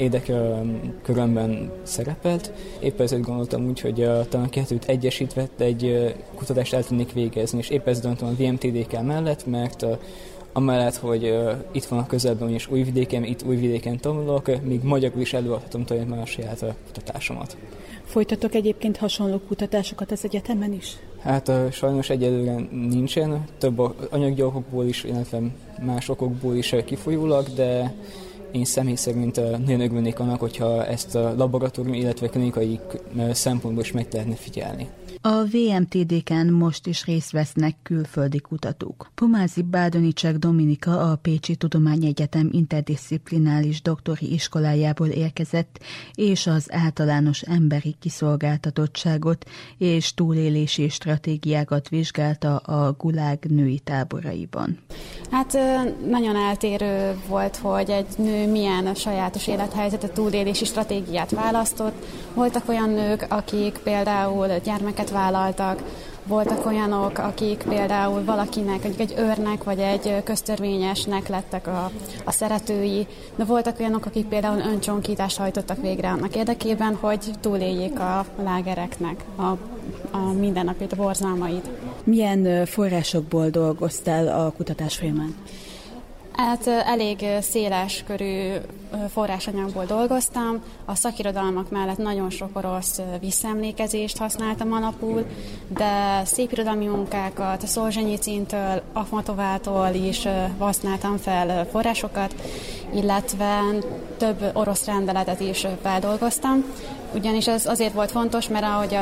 Speaker 9: érdekkörömben szerepelt. Éppen ezért gondoltam úgy, hogy talán kettőt egyesítve egy kutatást el tudnék végezni, és éppen ezért döntöttem a VMTDK mellett, mert amellett, hogy itt van a közelben, és Újvidéken tanulok, még magyarul is előadhatom tulajdonképpen a saját kutatásomat.
Speaker 5: Folytatok egyébként hasonló kutatásokat az egyetemen is?
Speaker 9: Hát sajnos egyelőre nincsen, több anyagi okokból is, illetve más okokból is kifolyólag, de én személy szerint nagyon örülnék annak, hogyha ezt a laboratórium, illetve klinikai szempontból is meg lehetne figyelni.
Speaker 4: A VMTDK-n most is részt vesznek külföldi kutatók. Pomázi Bádonicsek Dominika a Pécsi Tudományegyetem interdisziplinális doktori iskolájából érkezett, és az általános emberi kiszolgáltatottságot és túlélési stratégiákat vizsgálta a Gulág női táboraiban.
Speaker 10: Hát nagyon eltérő volt, hogy egy nő milyen sajátos élethelyzetet, túlélési stratégiát választott. Voltak olyan nők, akik például gyermeket vállaltak, voltak olyanok, akik például valakinek, egy őrnek vagy egy köztörvényesnek lettek a szeretői, de voltak olyanok, akik például öncsonkítást hajtottak végre annak érdekében, hogy túléljék a lágereknek a mindennapit, a borzalmait.
Speaker 5: Milyen forrásokból dolgoztál a kutatás folyamán?
Speaker 10: Hát elég széles körű forrásanyagból dolgoztam. A szakirodalmak mellett nagyon sok orosz visszaemlékezést használtam alapul, de szépirodalmi munkákat, Szolzsenyicintől, Akhmatovától is használtam fel forrásokat, illetve több orosz rendeletet is feldolgoztam. Ugyanis ez azért volt fontos, mert ahogy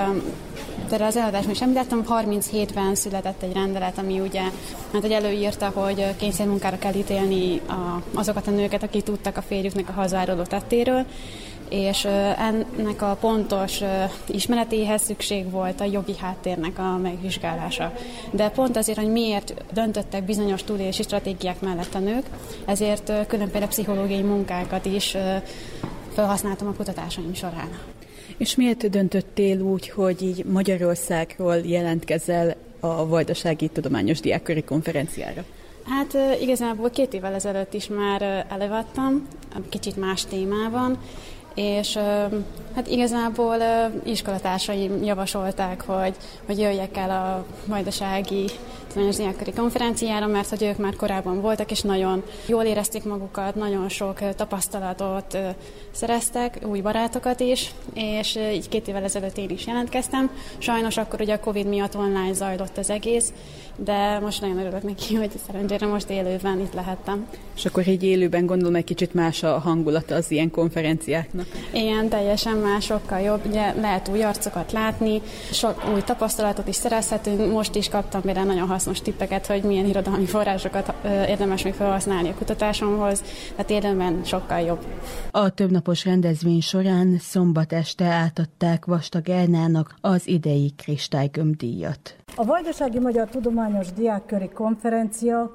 Speaker 10: az előadásban is említettem, 37-ben született egy rendelet, ami ugye hogy előírta, hogy kényszermunkára kell ítélni azokat a nőket, akik tudtak a férjüknek a hazáruló tettéről, és ennek a pontos ismeretéhez szükség volt a jogi háttérnek a megvizsgálása. De pont azért, hogy miért döntöttek bizonyos túlélési stratégiák mellett a nők, ezért különböző pszichológiai munkákat is felhasználtam a kutatásaim során.
Speaker 5: És miért döntöttél úgy, hogy így Magyarországról jelentkezel a Vajdasági Tudományos Diákköri Konferenciára?
Speaker 10: Hát igazából 2 évvel ezelőtt is már előadtam, kicsit más témában, és hát igazából iskolatársaim javasolták, hogy jöjjek el a Vajdasági Tudományos Diákköri Konferenciára, mert hogy ők már korábban voltak, és nagyon jól érezték magukat, nagyon sok tapasztalatot szereztek, új barátokat is, és így 2 évvel ezelőtt én is jelentkeztem. Sajnos akkor ugye a Covid miatt online zajlott az egész, de most nagyon örülök neki, hogy szerencsére most élőben itt lehettem.
Speaker 5: És akkor így élőben gondolom egy kicsit más a hangulata az ilyen konferenciáknak?
Speaker 10: Igen, teljesen más, sokkal jobb. Ugye lehet új arcokat látni, sok új tapasztalatot is szerezhetünk. Most is kaptam például nagyon hasznos tippeket, hogy milyen irodalmi forrásokat érdemes még felhasználni a kutatásomhoz. Tehát élőben sokkal jobb.
Speaker 4: A többnapos rendezvény során szombat este átadták Vastag Ernának az idei Kristálygömb-díjat.
Speaker 11: A Vajdasági Magyar Tudományos Diákköri Konferencia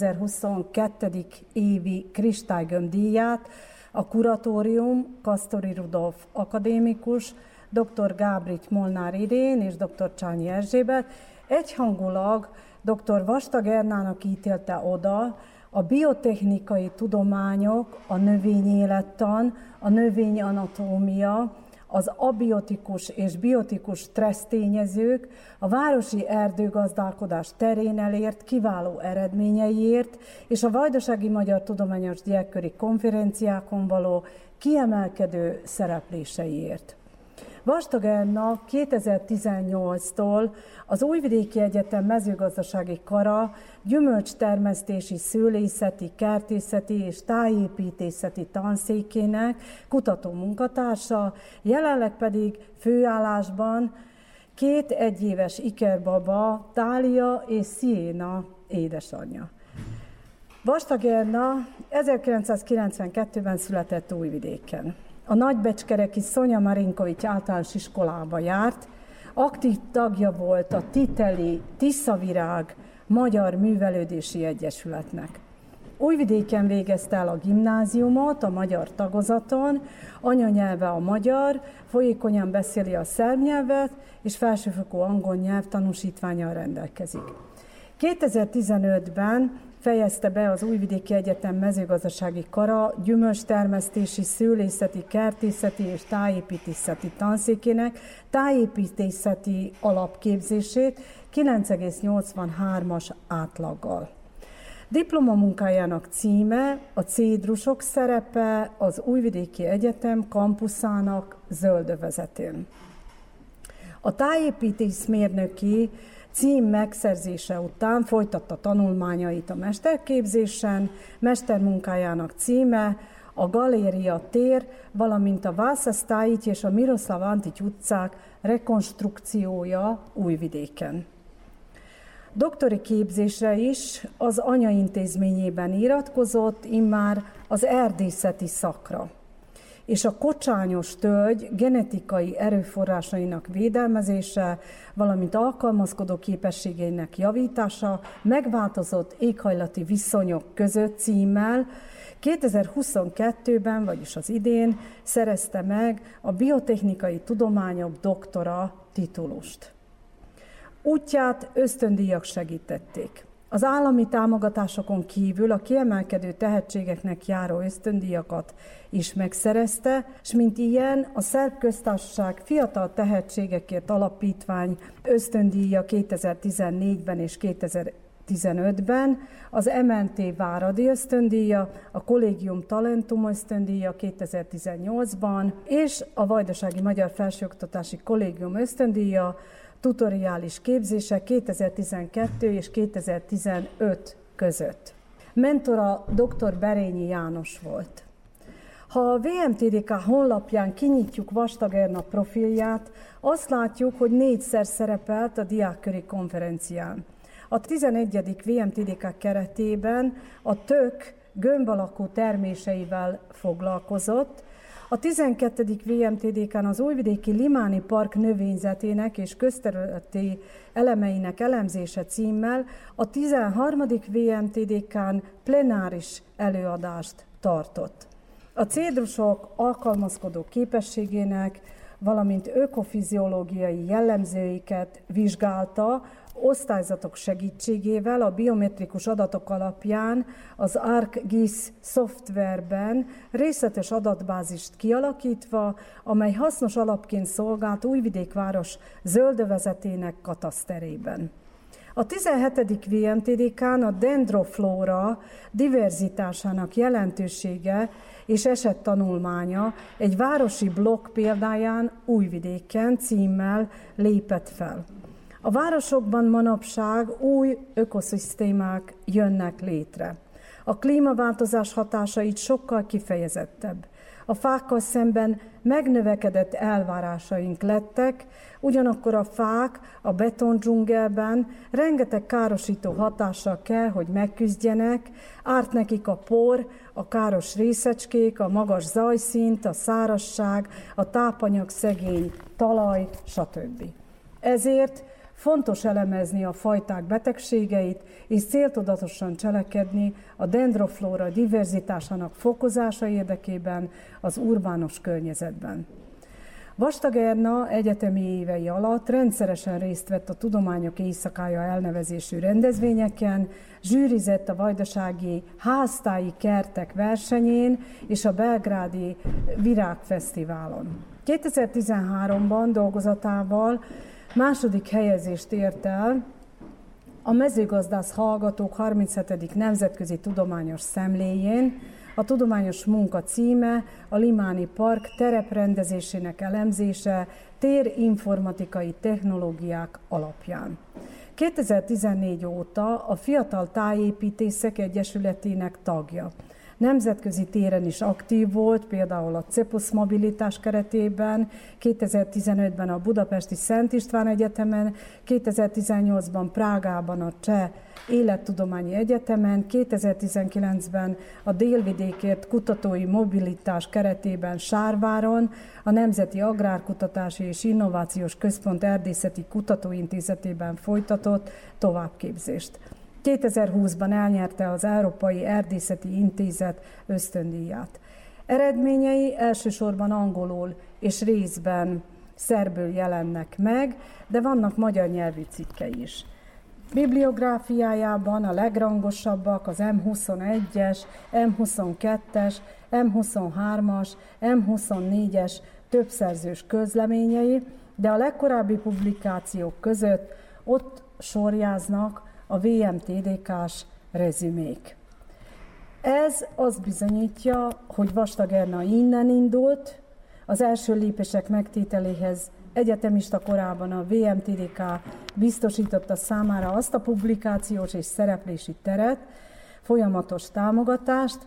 Speaker 11: 2022. évi Kristálygömb-díját a kuratórium Kasztori Rudolf akadémikus, dr. Gábrit Molnár Irén és dr. Csányi Erzsébet egyhangulag dr. Vastag Ernának ítélte oda a biotechnikai tudományok, a növényélettan, a növényanatómia, az abiotikus és biotikus stressztényezők a városi erdőgazdálkodás terén elért kiváló eredményeiért és a Vajdasági Magyar Tudományos Diákköri Konferenciákon való kiemelkedő szerepléseiért. Vastag Erna 2018-tól az Újvidéki Egyetem mezőgazdasági kara gyümölcstermesztési, szőlészeti, kertészeti és tájépítészeti tanszékének kutató munkatársa, jelenleg pedig főállásban 2 egyéves ikerbaba, Tália és Siena édesanyja. Vastag Erna 1992-ben született Újvidéken. A nagybecskereki Szonya Marinkovics általános iskolába járt, aktív tagja volt a Titeli Tiszavirág Magyar Művelődési Egyesületnek. Újvidéken végezte el a gimnáziumot a magyar tagozaton, anyanyelve a magyar, folyékonyan beszéli a szerb nyelvet, és felsőfokú angol nyelv tanúsítvánnyal rendelkezik. 2015-ben fejezte be az Újvidéki Egyetem mezőgazdasági kara gyümölcstermesztési, szőlészeti, kertészeti és tájépítészeti tanszékének tájépítészeti alapképzését 9,83-as átlaggal. Diplomamunkájának címe a cédrusok szerepe az Újvidéki Egyetem kampuszának zöldövezetén. A tájépítészmérnöki cím megszerzése után folytatta tanulmányait a mesterképzésen, mestermunkájának címe a Galéria tér, valamint a Václav Stájics és a Miroslav Antics utcák rekonstrukciója Újvidéken. Doktori képzésre is az anyaintézményében iratkozott, immár az erdészeti szakra, és a kocsányos tölgy genetikai erőforrásainak védelmezése, valamint alkalmazkodó képességeinek javítása megváltozott éghajlati viszonyok között címmel 2022-ben, vagyis az idén szerezte meg a biotechnikai tudományok doktora titulust. Útját ösztöndíjak segítették. Az állami támogatásokon kívül a kiemelkedő tehetségeknek járó ösztöndíjakat is megszerezte, és mint ilyen a Szerb Köztársaság Fiatal Tehetségekért Alapítvány ösztöndíja 2014-ben és 2015-ben, az MNT Váradi ösztöndíja, a Collegium Talentum ösztöndíja 2018-ban, és a Vajdasági Magyar Felsőoktatási Kollégium ösztöndíja, tutoriális képzése 2012 és 2015 között. Mentora dr. Berényi János volt. Ha a VMTDK honlapján kinyitjuk Vastag Erna profilját, azt látjuk, hogy 4-szer szerepelt a diákköri konferencián. A 11. VMTDK keretében a tök gömb alakú terméseivel foglalkozott, a 12. VMTDK-n az Újvidéki Limáni Park növényzetének és közterületi elemeinek elemzése címmel, a 13. VMTDK-n plenáris előadást tartott. A cédrusok alkalmazkodó képességének, valamint ökofiziológiai jellemzőiket vizsgálta osztályzatok segítségével a biometrikus adatok alapján az ArcGIS szoftverben részletes adatbázist kialakítva, amely hasznos alapként szolgált Újvidék város zöldövezetének kataszterében. A 17. VMTDK-n a dendroflóra diverzitásának jelentősége és esettanulmánya egy városi blokk példáján Újvidéken címmel lépett fel. A városokban manapság új ökoszisztémák jönnek létre. A klímaváltozás hatásait sokkal kifejezettebb. A fákkal szemben megnövekedett elvárásaink lettek, ugyanakkor a fák a betondzsungelben rengeteg károsító hatással kell, hogy megküzdjenek, árt nekik a por, a káros részecskék, a magas zajszint, a szárazság, a tápanyag szegény talaj, stb. Ezért fontos elemezni a fajták betegségeit és céltudatosan cselekedni a dendroflóra diverzitásának fokozása érdekében az urbánus környezetben. Vastag Erna egyetemi évei alatt rendszeresen részt vett a Tudományok Éjszakája elnevezésű rendezvényeken, zsűrizett a vajdasági háztáji kertek versenyén és a belgrádi virágfesztiválon. 2013-ban dolgozatával második helyezést ért el a mezőgazdász hallgatók 37. nemzetközi tudományos szemléjén. A tudományos munka címe a Limáni Park tereprendezésének elemzése térinformatikai technológiák alapján. 2014 óta a Fiatal Tájépítészek Egyesületének tagja. Nemzetközi téren is aktív volt, például a CEPOS mobilitás keretében, 2015-ben a Budapesti Szent István Egyetemen, 2018-ban Prágában a Cseh Élettudományi Egyetemen, 2019-ben a Délvidékért kutatói mobilitás keretében Sárváron, a Nemzeti Agrárkutatási és Innovációs Központ Erdészeti Kutatóintézetében folytatott továbbképzést. 2020-ban elnyerte az Európai Erdészeti Intézet ösztöndíját. Eredményei elsősorban angolul és részben szerbül jelennek meg, de vannak magyar nyelvű cikkei is. Bibliográfiájában a legrangosabbak az M21-es, M22-es, M23-as, M24-es többszerzős közleményei, de a legkorábbi publikációk között ott sorjáznak a VMTDK-s rezümék. Ez azt bizonyítja, hogy Vastag Erna innen indult, az első lépések megtételéhez egyetemista korában a VMTDK biztosította számára azt a publikációs és szereplési teret, folyamatos támogatást,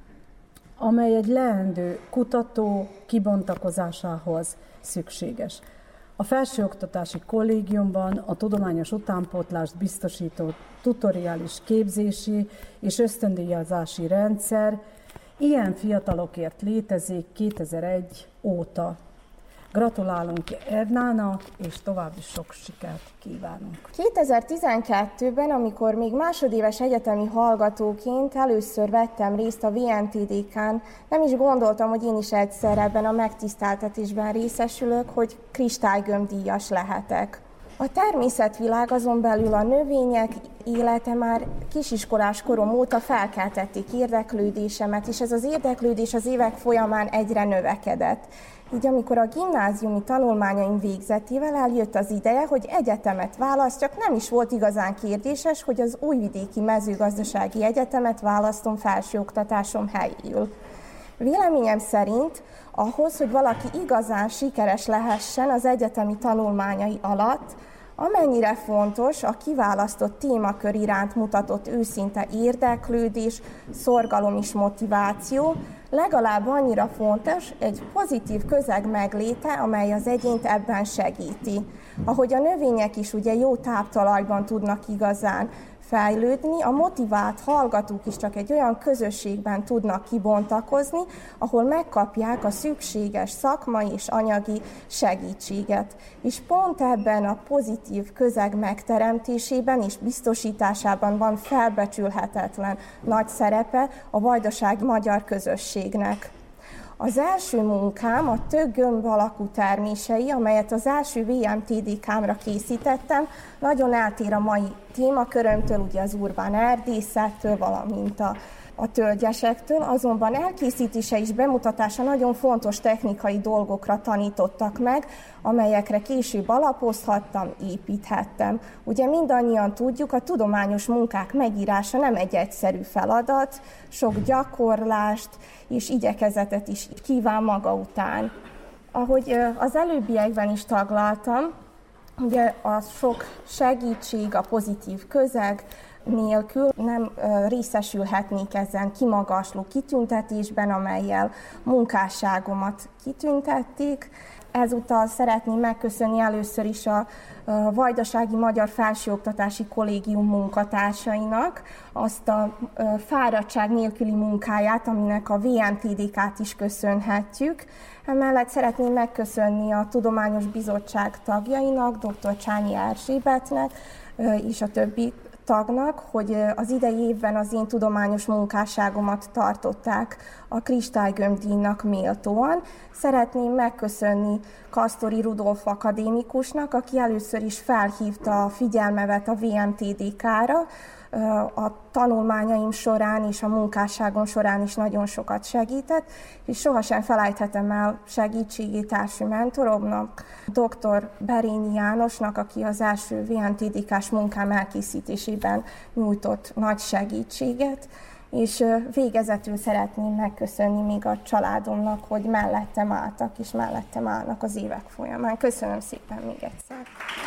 Speaker 11: amely egy leendő kutató kibontakozásához szükséges. A Felsőoktatási Kollégiumban a tudományos utánpótlást biztosító tutoriális képzési és ösztöndíjazási rendszer ilyen fiatalokért létezik 2001 óta. Gratulálunk Ernának, és további sok sikert kívánunk.
Speaker 12: 2012-ben, amikor még másodéves egyetemi hallgatóként először vettem részt a VMTDK-n, nem is gondoltam, hogy én is egyszer ebben a megtiszteltetésben részesülök, hogy kristálygömbdíjas lehetek. A természetvilág, azon belül a növények élete már kisiskolás korom óta felkeltették érdeklődésemet, és ez az érdeklődés az évek folyamán egyre növekedett. Így amikor a gimnáziumi tanulmányaim végzetével eljött az ideje, hogy egyetemet választjak, nem is volt igazán kérdéses, hogy az Újvidéki Mezőgazdasági Egyetemet választom felsőoktatásom helyéül. Véleményem szerint ahhoz, hogy valaki igazán sikeres lehessen az egyetemi tanulmányai alatt, amennyire fontos a kiválasztott témakör iránt mutatott őszinte érdeklődés, szorgalom és motiváció, legalább annyira fontos egy pozitív közeg megléte, amely az egyént ebben segíti. Ahogy a növények is ugye jó táptalajban tudnak igazán fejlődni, a motivált hallgatók is csak egy olyan közösségben tudnak kibontakozni, ahol megkapják a szükséges szakmai és anyagi segítséget. És pont ebben a pozitív közeg megteremtésében és biztosításában van felbecsülhetetlen nagy szerepe a vajdasági magyar közösségnek. Az első munkám a tök gömb alakú termései, amelyet az első VMTDK-mra készítettem, nagyon eltér a mai témakörömtől, ugye az urbán erdészettől, valamint a tölgyesektől, azonban elkészítése és bemutatása nagyon fontos technikai dolgokra tanítottak meg, amelyekre később alapozhattam, építhettem. Ugye mindannyian tudjuk, a tudományos munkák megírása nem egy egyszerű feladat, sok gyakorlást és igyekezetet is kíván maga után. Ahogy az előbbiekben is taglaltam, ugye a sok segítség, a pozitív közeg nélkül nem részesülhetnék ezen kimagasló kitüntetésben, amellyel munkásságomat kitüntették. Ezúttal szeretném megköszönni először is a Vajdasági Magyar Felsőoktatási Kollégium munkatársainak azt a fáradtság nélküli munkáját, aminek a VMTDK-t is köszönhetjük. Emellett szeretném megköszönni a Tudományos Bizottság tagjainak, dr. Csányi Erzsébetnek és a többi tagnak, hogy az idei évben az én tudományos munkásságomat tartották a Kristálygömb-díjnak méltóan. Szeretném megköszönni Kasztori Rudolf akadémikusnak, aki először is felhívta a figyelmemet a VMTDK-ra, a tanulmányaim során és a munkásságom során is nagyon sokat segített, és sohasem felejthetem el segítségét társú mentoromnak, dr. Berényi Jánosnak, aki az első VMTDK-s munkám elkészítésében nyújtott nagy segítséget, és végezetül szeretném megköszönni még a családomnak, hogy mellettem álltak, és mellettem állnak az évek folyamán. Köszönöm szépen még egyszer!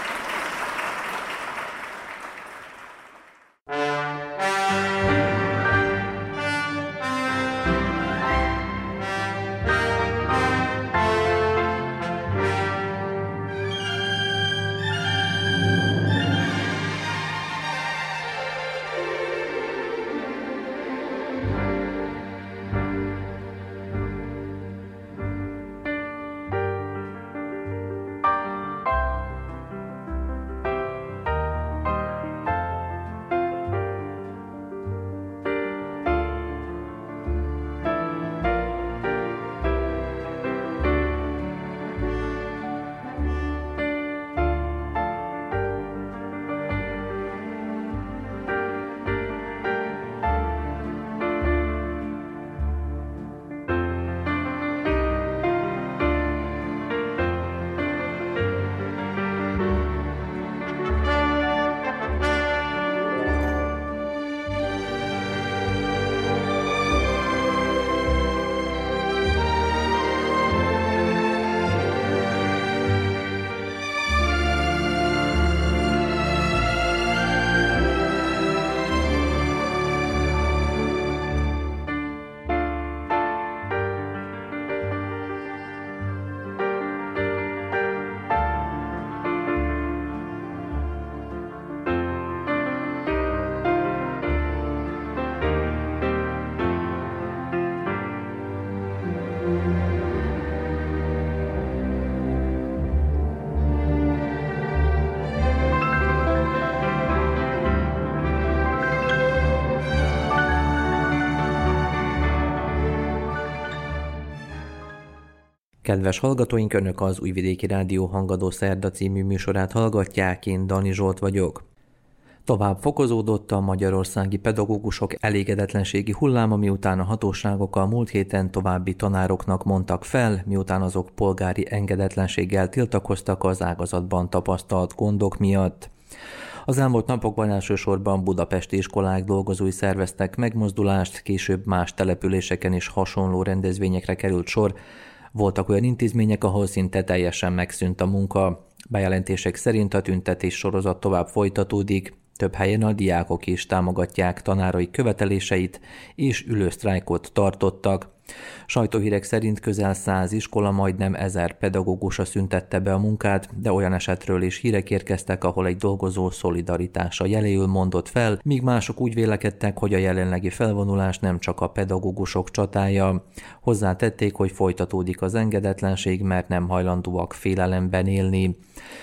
Speaker 2: Kedves hallgatóink, Önök az Újvidéki Rádió Hangadó Szerda című műsorát hallgatják, én Dani Zsolt vagyok. Tovább fokozódott a magyarországi pedagógusok elégedetlenségi hulláma, miután a hatóságok a múlt héten további tanároknak mondtak fel, miután azok polgári engedetlenséggel tiltakoztak az ágazatban tapasztalt gondok miatt. Az elmúlt napokban elsősorban budapesti iskolák dolgozói szerveztek megmozdulást, később más településeken is hasonló rendezvényekre került sor. Voltak olyan intézmények, ahol szinte teljesen megszűnt a munka. Bejelentések szerint a tüntetés sorozat tovább folytatódik. Több helyen a diákok is támogatják tanárai követeléseit, és ülősztrájkot tartottak. Sajtóhírek szerint közel 100 iskola, majdnem 1000 pedagógusa szüntette be a munkát, de olyan esetről is hírek érkeztek, ahol egy dolgozó szolidaritása jeléül mondott fel, míg mások úgy vélekedtek, hogy a jelenlegi felvonulás nem csak a pedagógusok csatája. Hozzátették, hogy folytatódik az engedetlenség, mert nem hajlandóak félelemben élni.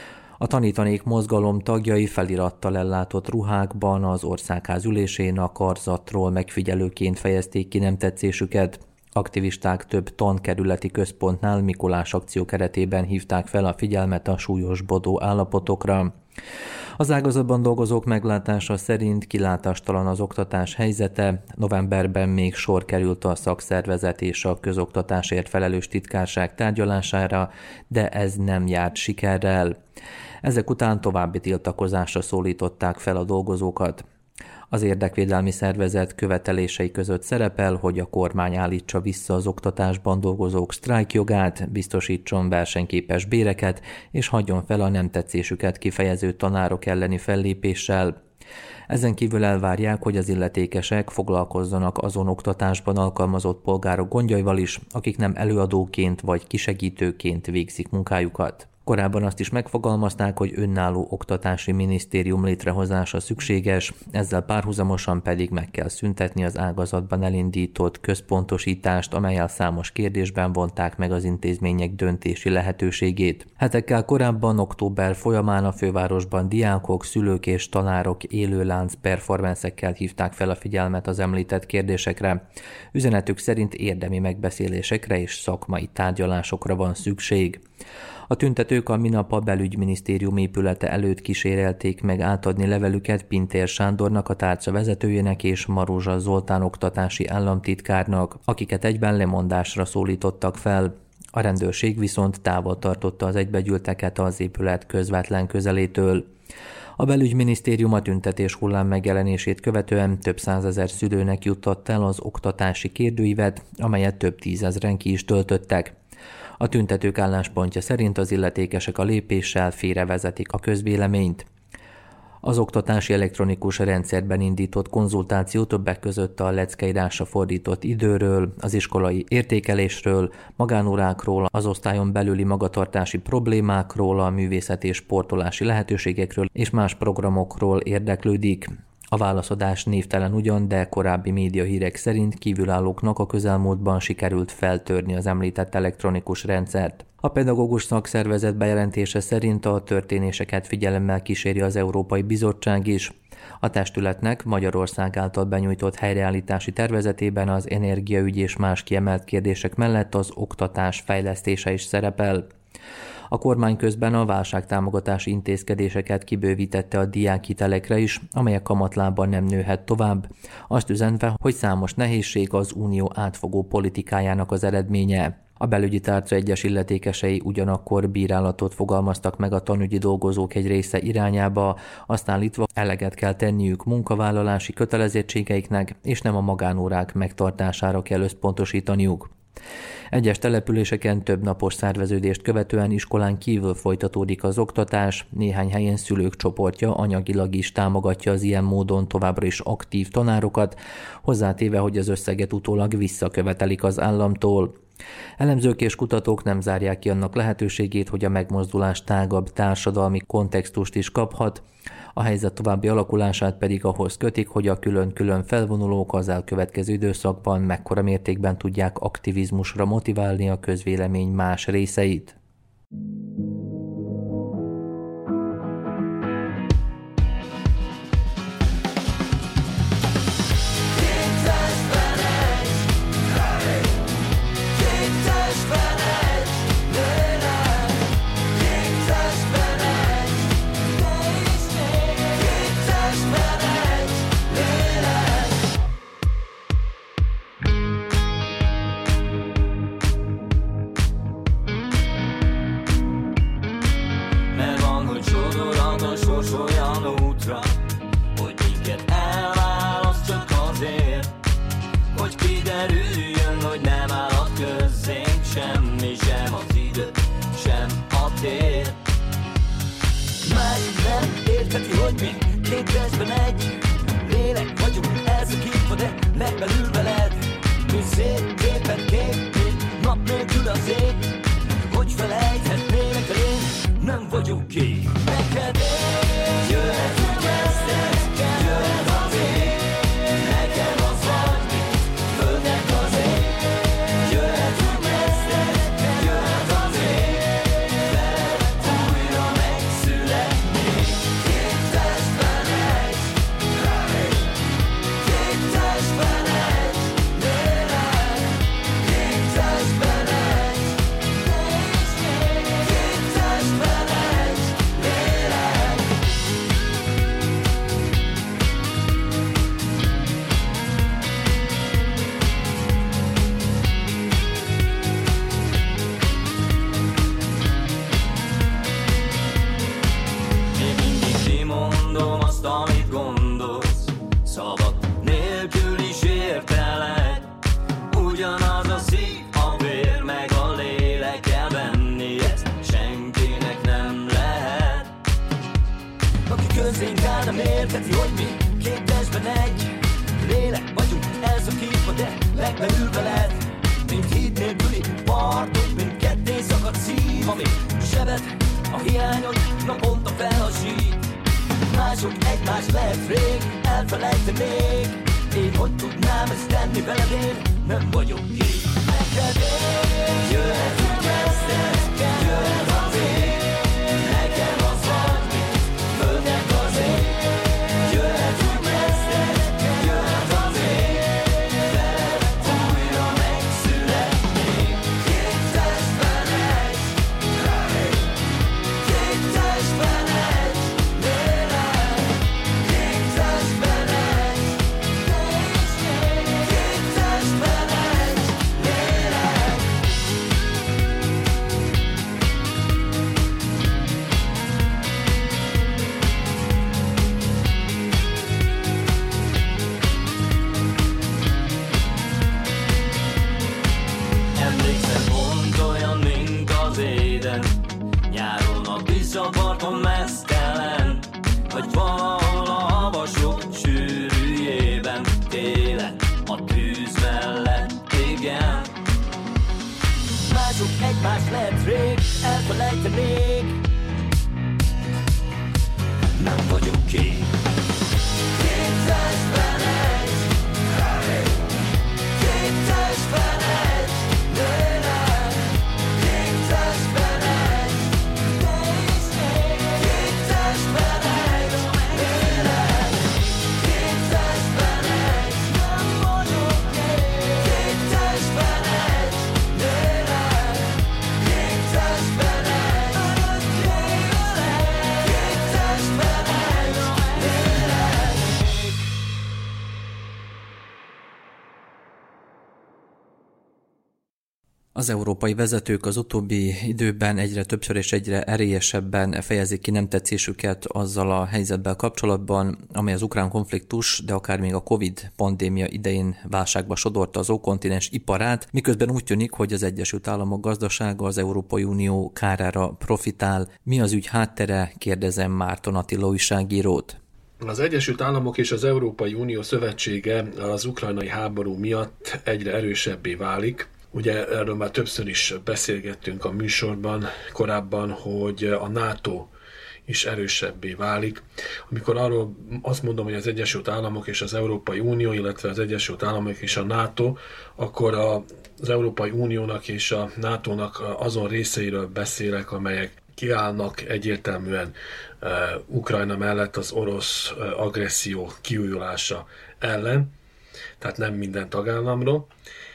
Speaker 2: A Tanítanék mozgalom tagjai felirattal ellátott ruhákban az országház ülésén a karzatról megfigyelőként fejezték ki nem tetszésüket. Aktivisták több tankerületi központnál Mikulás akció keretében hívták fel a figyelmet a súlyosbodó állapotokra. Az ágazatban dolgozók meglátása szerint kilátástalan az oktatás helyzete, novemberben még sor került a szakszervezet és a közoktatásért felelős titkárság tárgyalására, de ez nem járt sikerrel. Ezek után további tiltakozásra szólították fel a dolgozókat. Az érdekvédelmi szervezet követelései között szerepel, hogy a kormány állítsa vissza az oktatásban dolgozók sztrájkjogát, biztosítson versenyképes béreket, és hagyjon fel a nem tetszésüket kifejező tanárok elleni fellépéssel. Ezen kívül elvárják, hogy az illetékesek foglalkozzanak azon oktatásban alkalmazott polgárok gondjaival is, akik nem előadóként vagy kisegítőként végzik munkájukat. Korábban azt is megfogalmazták, hogy önálló oktatási minisztérium létrehozása szükséges, ezzel párhuzamosan pedig meg kell szüntetni az ágazatban elindított központosítást, amellyel számos kérdésben vonták meg az intézmények döntési lehetőségét. Hetekkel korábban, október folyamán a fővárosban diákok, szülők és tanárok élőlánc performanszekkel hívták fel a figyelmet az említett kérdésekre. Üzenetük szerint érdemi megbeszélésekre és szakmai tárgyalásokra van szükség. A tüntetők a minap a belügyminisztérium épülete előtt kísérelték meg átadni levelüket Pintér Sándornak, a tárca vezetőjének és Maruzsa Zoltán oktatási államtitkárnak, akiket egyben lemondásra szólítottak fel. A rendőrség viszont távol tartotta az egybegyűlteket az épület közvetlen közelétől. A belügyminisztérium a tüntetés hullám megjelenését követően több százezer szülőnek juttatt el az oktatási kérdőívet, amelyet több tízezren ki is töltöttek. A tüntetők álláspontja szerint az illetékesek a lépéssel félrevezetik a közvéleményt. Az oktatási elektronikus rendszerben indított konzultáció többek között a leckeírásra fordított időről, az iskolai értékelésről, magánórákról, az osztályon belüli magatartási problémákról, a művészeti és sportolási lehetőségekről és más programokról érdeklődik. A válaszadás névtelen ugyan, de korábbi médiahírek szerint kívülállóknak a közelmúltban sikerült feltörni az említett elektronikus rendszert. A pedagógus szakszervezet bejelentése szerint a történéseket figyelemmel kíséri az Európai Bizottság is. A testületnek Magyarország által benyújtott helyreállítási tervezetében az energiaügy és más kiemelt kérdések mellett az oktatás fejlesztése is szerepel. A kormány közben a válságtámogatási intézkedéseket kibővítette a diákhitelekre is, amelyek kamatlábban nem nőhet tovább, azt üzenve, hogy számos nehézség az unió átfogó politikájának az eredménye. A belügyi tárca egyes illetékesei ugyanakkor bírálatot fogalmaztak meg a tanügyi dolgozók egy része irányába, azt állítva eleget kell tenniük munkavállalási kötelezettségeiknek, és nem a magánórák megtartására kell összpontosítaniuk. Egyes településeken több napos szerveződést követően iskolán kívül folytatódik az oktatás, néhány helyen szülők csoportja anyagilag is támogatja az ilyen módon továbbra is aktív tanárokat, hozzátéve, hogy az összeget utólag visszakövetelik az államtól. Elemzők és kutatók nem zárják ki annak lehetőségét, hogy a megmozdulás tágabb társadalmi kontextust is kaphat, a helyzet további alakulását pedig ahhoz kötik, hogy a külön-külön felvonulók az elkövetkező időszakban mekkora mértékben tudják aktivizmusra motiválni a közvélemény más részeit.
Speaker 3: Jöhet az ég, nekem az vagy, földnek az ég. hiányod naponta felhasít. Mások egymást lehet rég, elfelejtenék. Én hogy tudnám ezt tenni veled, én nem vagyok ki. Neked én jöhetünk ezt, jöhet az én. Nekem az vagy, mint földnek az én. Jöhetünk ezt, jöhet az én. Veled újra megszületnék. Két testben egy, két testben egy lélek. Két testben egy, két testben egy lélek. Emlékszem, pont olyan, mint az éden. Nyáron a Tisza-parton mesztelen, vagy valahol a havasok sűrűjében. Télen a tűz mellett, igen. Mások egymást lehet rég, elfelejtenék. Nem vagyok ki. Két testben egy, két testben egy lélek. Két testben egy, két testben egy lélek. Két testben egy, nem vagyok ki. Két testben egy lélek. Két testben egy, két testben egy lélek.
Speaker 2: Az európai vezetők az utóbbi időben egyre többször és egyre erélyesebben fejezik ki nem tetszésüket azzal a helyzetben kapcsolatban, amely az ukrán konfliktus, de akár még a Covid pandémia idején válságba sodorta az ókontinens iparát, miközben úgy tűnik, hogy az Egyesült Államok gazdasága az Európai Unió kárára profitál. Mi az ügy háttere? Kérdezem Márton Attila újságírót.
Speaker 7: Az Egyesült Államok és az Európai Unió szövetsége az ukrajnai háború miatt egyre erősebbé válik. Ugye erről már többször is beszélgettünk a műsorban korábban, hogy a NATO is erősebbé válik. Amikor arról azt mondom, hogy az Egyesült Államok és az Európai Unió, illetve az Egyesült Államok és a NATO, akkor az Európai Uniónak és a NATO-nak azon részeiről beszélek, amelyek kiállnak egyértelműen Ukrajna mellett az orosz agresszió kiújulása ellen, tehát nem minden tagállamról.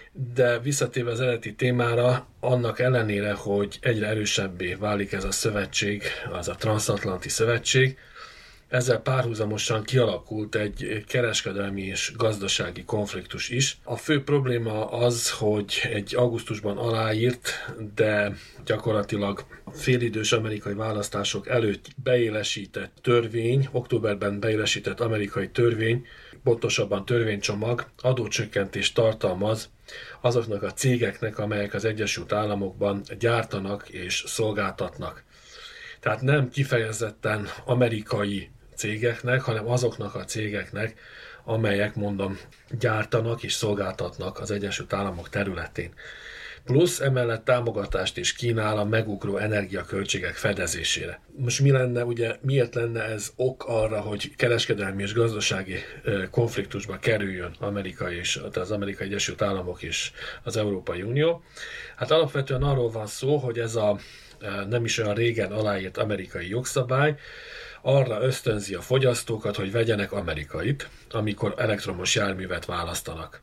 Speaker 7: De visszatérve az eredeti témára, annak ellenére, hogy egyre erősebbé válik ez a szövetség, az a Transzatlanti Szövetség, ezzel párhuzamosan kialakult egy kereskedelmi és gazdasági konfliktus is. A fő probléma az, hogy egy augusztusban aláírt, de gyakorlatilag félidős amerikai választások előtt beélesített törvény, októberben beélesített amerikai törvény, pontosabban törvénycsomag adócsökkentést tartalmaz azoknak a cégeknek, amelyek az Egyesült Államokban gyártanak és szolgáltatnak. Tehát nem kifejezetten amerikai cégeknek, hanem azoknak a cégeknek, amelyek, mondom, gyártanak és szolgáltatnak az Egyesült Államok területén. Plusz emellett támogatást is kínál a megugró energiaköltségek fedezésére. Most mi lenne, ugye, miért lenne ez ok arra, hogy kereskedelmi és gazdasági konfliktusba kerüljön Amerika és az Amerikai Egyesült Államok és az Európai Unió? Hát alapvetően arról van szó, hogy ez a nem is olyan régen aláírt amerikai jogszabály arra ösztönzi a fogyasztókat, hogy vegyenek amerikait, amikor elektromos járművet választanak.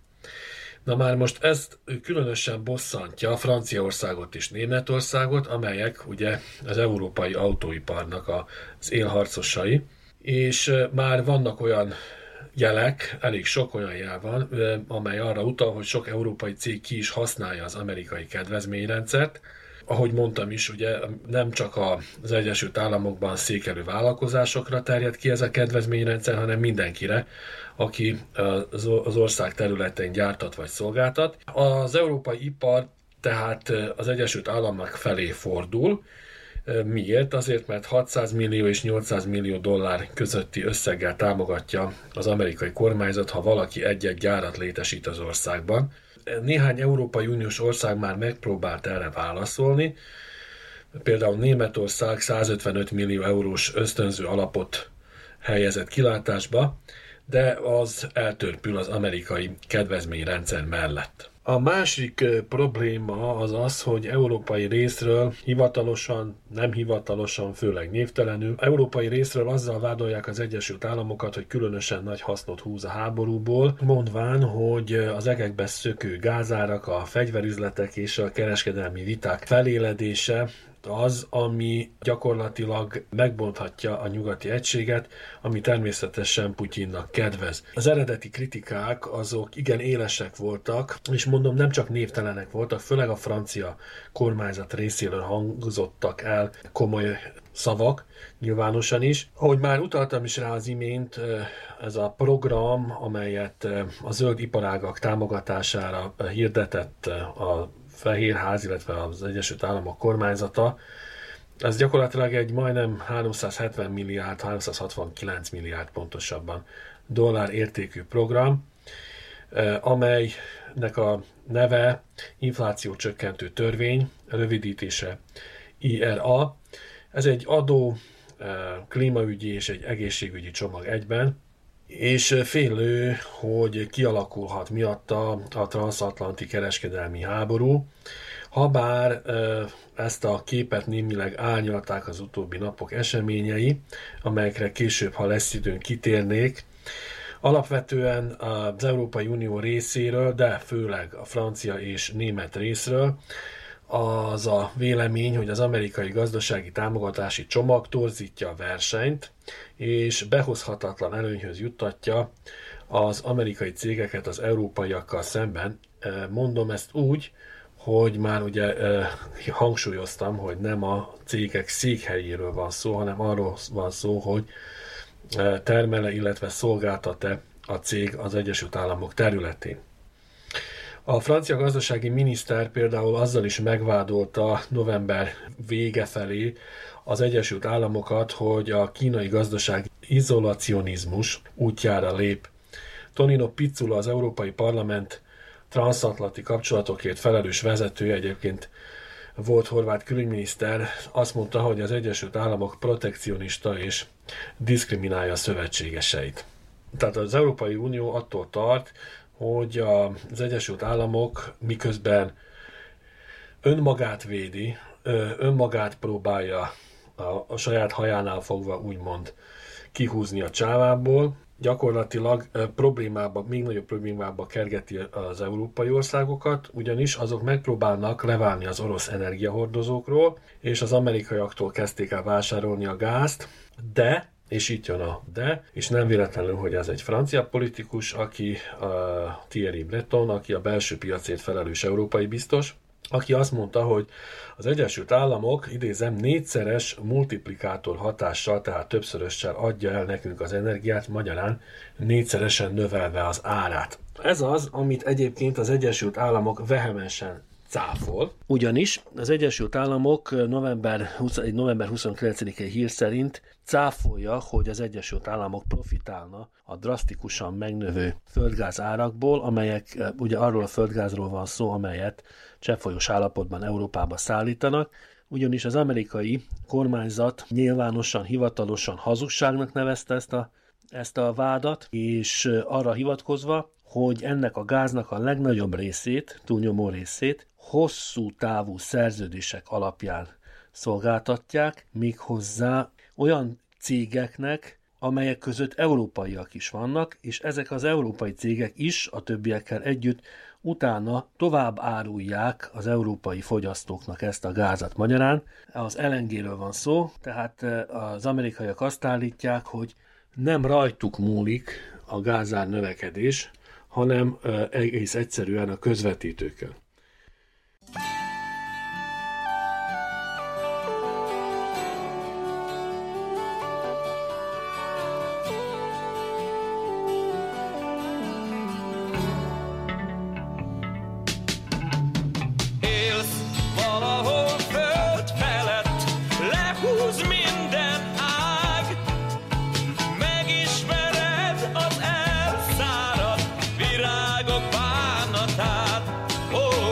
Speaker 7: Na már most ezt különösen bosszantja Franciaországot és Németországot, amelyek ugye az európai autóiparnak az élharcosai, és már vannak olyan jelek, elég sok olyan jel van, amely arra utal, hogy sok európai cég ki is használja az amerikai kedvezményrendszert. Ahogy mondtam is, ugye nem csak az Egyesült Államokban székelő vállalkozásokra terjed ki ez a kedvezményrendszer, hanem mindenkire, aki az ország területén gyártat vagy szolgáltat. Az európai ipar tehát az Egyesült Államok felé fordul. Miért? Azért, mert 600 millió és 800 millió dollár közötti összeggel támogatja az amerikai kormányzat, ha valaki egy-egy gyárat létesít az országban. Néhány Európai Uniós ország már megpróbált erre válaszolni, Például Németország 155 millió eurós ösztönző alapot helyezett kilátásba, de az eltörpül az amerikai kedvezményrendszer mellett. A másik probléma az az, hogy európai részről hivatalosan, nem hivatalosan, főleg névtelenül, európai részről azzal vádolják az Egyesült Államokat, hogy különösen nagy hasznot húz a háborúból, mondván, hogy az egekbe szökő gázárak, a fegyverüzletek és a kereskedelmi viták feléledése az, ami gyakorlatilag megbonthatja a nyugati egységet, ami természetesen Putyinnak kedvez. Az eredeti kritikák azok igen élesek voltak, és mondom, nem csak névtelenek voltak, főleg a francia kormányzat részéről hangzottak el komoly szavak, nyilvánosan is. Ahogy már utaltam is rá az imént, ez a program, amelyet a zöld iparágak támogatására hirdetett a Fehérház, illetve az Egyesült Államok kormányzata, ez gyakorlatilag egy majdnem 370 milliárd, 369 milliárd pontosabban dollár értékű program, amelynek a neve inflációcsökkentő törvény, rövidítése IRA. Ez egy adó, klímaügyi és egy egészségügyi csomag egyben, és félő, hogy kialakulhat miatta a transatlanti kereskedelmi háború, habár ezt a képet némileg árnyalták az utóbbi napok eseményei, amelyekre később, ha lesz időn, kitérnék. Alapvetően az Európai Unió részéről, de főleg a francia és német részről az a vélemény, hogy az amerikai gazdasági támogatási csomag torzítja a versenyt, és behozhatatlan előnyhöz juttatja az amerikai cégeket az európaiakkal szemben. Mondom ezt úgy, hogy már ugye hangsúlyoztam, hogy nem a cégek székhelyéről van szó, hanem arról van szó, hogy termele, illetve szolgáltat-e a cég az Egyesült Államok területén. A francia gazdasági miniszter például azzal is megvádolta november vége felé az Egyesült Államokat, hogy a kínai gazdaság izolacionizmus útjára lép. Tonino Pizzula, az Európai Parlament transzatlanti kapcsolatokért felelős vezetője, egyébként volt horvát külügyminiszter, azt mondta, hogy az Egyesült Államok protekcionista és diszkriminálja a szövetségeseit. Tehát az Európai Unió attól tart, hogy az Egyesült Államok miközben önmagát védi, önmagát próbálja a saját hajánál fogva úgymond kihúzni a csávából, gyakorlatilag még nagyobb problémába kergeti az európai országokat, ugyanis azok megpróbálnak leválni az orosz energiahordozókról, és az amerikaiaktól kezdték el vásárolni a gázt, de, és itt jön a de, és nem véletlenül, hogy ez egy francia politikus, aki Thierry Breton, aki a belső piacért felelős európai biztos, aki azt mondta, hogy az Egyesült Államok, idézem, 4-szeres multiplikátor hatással, tehát többszörössel adja el nekünk az energiát, magyarán 4-szeresen növelve az árát. Ez az, amit egyébként az Egyesült Államok vehemensen cáfol, ugyanis az Egyesült Államok november 29-i hír szerint cáfolja, hogy az Egyesült Államok profitálna a drasztikusan megnövő földgáz árakból, amelyek, ugye arról a földgázról van szó, amelyet cseppfolyós állapotban Európába szállítanak, ugyanis az amerikai kormányzat nyilvánosan, hivatalosan hazugságnak nevezte ezt a vádat, és arra hivatkozva, hogy ennek a gáznak a legnagyobb részét, túlnyomó részét hosszú távú szerződések alapján szolgáltatják, méghozzá olyan cégeknek, amelyek között európaiak is vannak, és ezek az európai cégek is a többiekkel együtt utána tovább árulják az európai fogyasztóknak ezt a gázat. Magyarán az LNG-ről van szó, tehát az amerikaiak azt állítják, hogy nem rajtuk múlik a gázár növekedés, hanem egész egyszerűen a közvetítőkön.
Speaker 13: Oh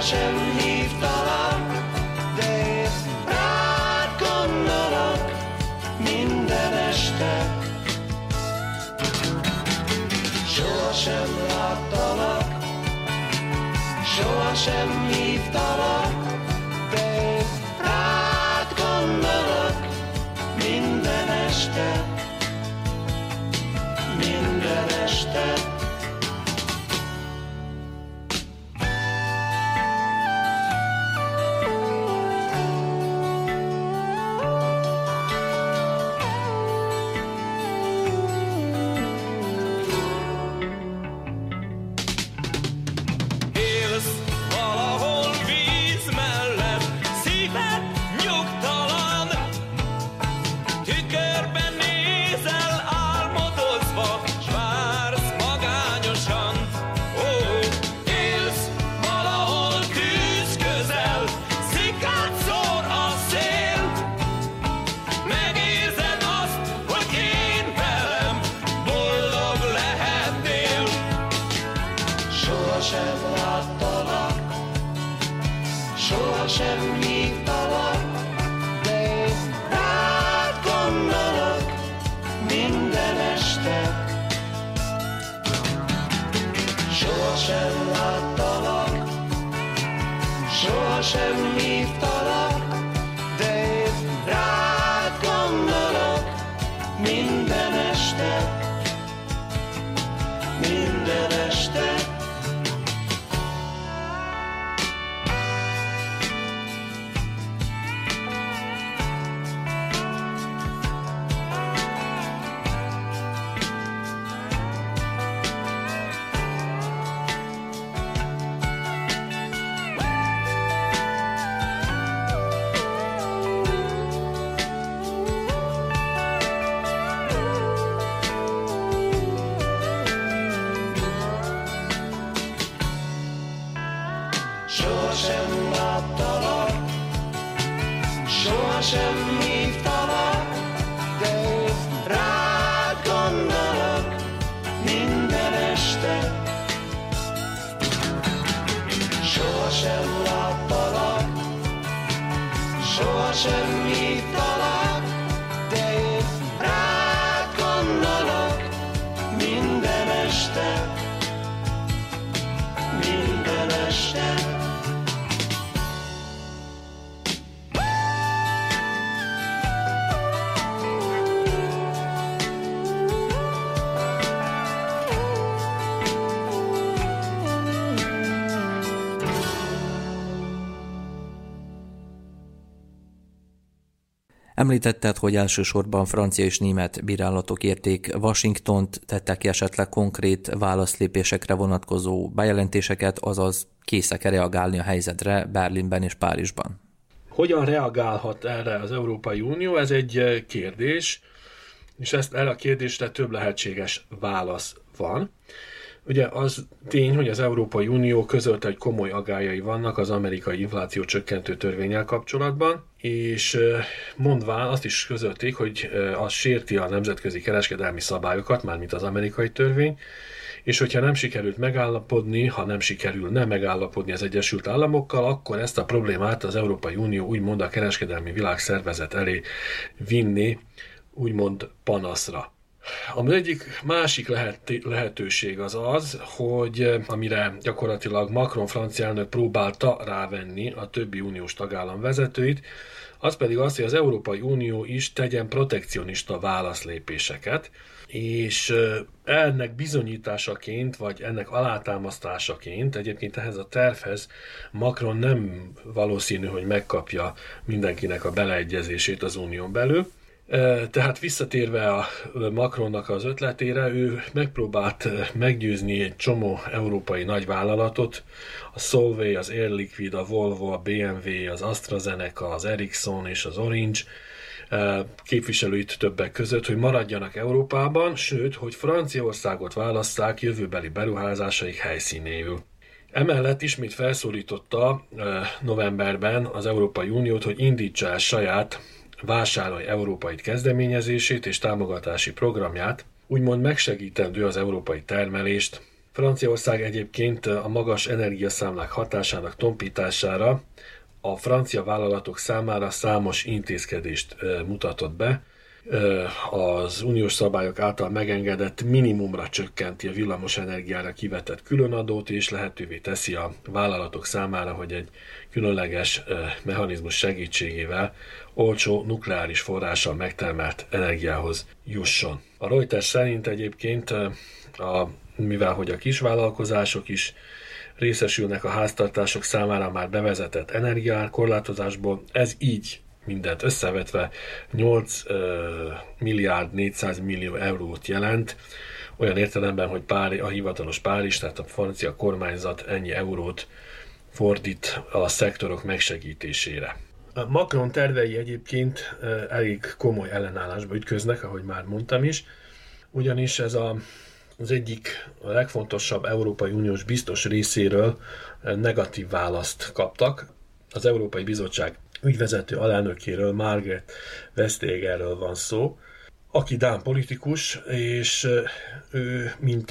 Speaker 13: sohasem hívtalak, de én rád gondolok minden este. Sohasem láttalak, sohasem hívtalak, de én rád gondolok minden este, minden este. Sohasem hívtalak, de én rád gondolok minden este. Sohasem láttalak, sohasem hívtalak, de én rád gondolok minden este, minden este. Sohasem láttalak, sohasem hívtalak, de én rád gondolok minden este. Sohasem láttalak, sohasem hívtalak, de én rád gondolok minden este, minden este.
Speaker 2: Említetted, hogy elsősorban francia és német bírálatok érték Washingtont, tettek ki esetleg konkrét válaszlépésekre vonatkozó bejelentéseket, azaz készek-e reagálni a helyzetre Berlinben és Párizsban?
Speaker 7: Hogyan reagálhat erre az Európai Unió? Ez egy kérdés, és erre a kérdésre több lehetséges válasz van. Ugye az tény, hogy az Európai Unió közölte, hogy komoly aggályai vannak az amerikai infláció csökkentő törvénnyel kapcsolatban, és mondván azt is közölték, hogy az sérti a nemzetközi kereskedelmi szabályokat, mármint az amerikai törvény, és hogyha nem sikerült megállapodni, ha nem sikerülne megállapodni az Egyesült Államokkal, akkor ezt a problémát az Európai Unió úgymond a Kereskedelmi Világszervezet elé vinni, úgymond panaszra. Az egyik másik lehetőség az, hogy amire gyakorlatilag Macron francia elnök próbálta rávenni a többi uniós tagállam vezetőit, az pedig az, hogy az Európai Unió is tegyen protekcionista válaszlépéseket, és ennek bizonyításaként, vagy ennek alátámasztásaként, egyébként ehhez a tervhez Macron nem valószínű, hogy megkapja mindenkinek a beleegyezését az unión belül. Tehát visszatérve a Macronnak az ötletére, ő megpróbált meggyőzni egy csomó európai nagyvállalatot, a Solvay, az Air Liquide, a Volvo, a BMW, az AstraZeneca, az Ericsson és az Orange képviselőit többek között, hogy maradjanak Európában, sőt, hogy Franciaországot válasszák jövőbeli beruházásaik helyszínéül. Emellett ismét felszólította novemberben az Európai Uniót, hogy indítsa el saját Vásárolj Európait kezdeményezését és támogatási programját, úgymond megsegítendő az európai termelést Franciaország egyébként a magas energiaszámlák hatásának tompítására a francia vállalatok számára számos intézkedést mutatott be. Az uniós szabályok által megengedett minimumra csökkenti a villamos energiára kivetett különadót, és lehetővé teszi a vállalatok számára, hogy egy különleges mechanizmus segítségével olcsó nukleáris forrással megtermelt energiához jusson. A Reuters szerint egyébként, mivel hogy a kisvállalkozások is részesülnek a háztartások számára már bevezetett energiakorlátozásból, ez így mindent összevetve 8 milliárd 400 millió eurót jelent, olyan értelemben, hogy a hivatalos Párizs, tehát a francia kormányzat ennyi eurót fordít a szektorok megsegítésére. A Macron tervei egyébként elég komoly ellenállásba ütköznek, ahogy már mondtam is, ugyanis ez az egyik a legfontosabb Európai Uniós biztos részéről negatív választ kaptak. Az Európai Bizottság ügyvezető alelnökéről, Margrethe Vestagerről van szó, aki dán politikus, és ő, mint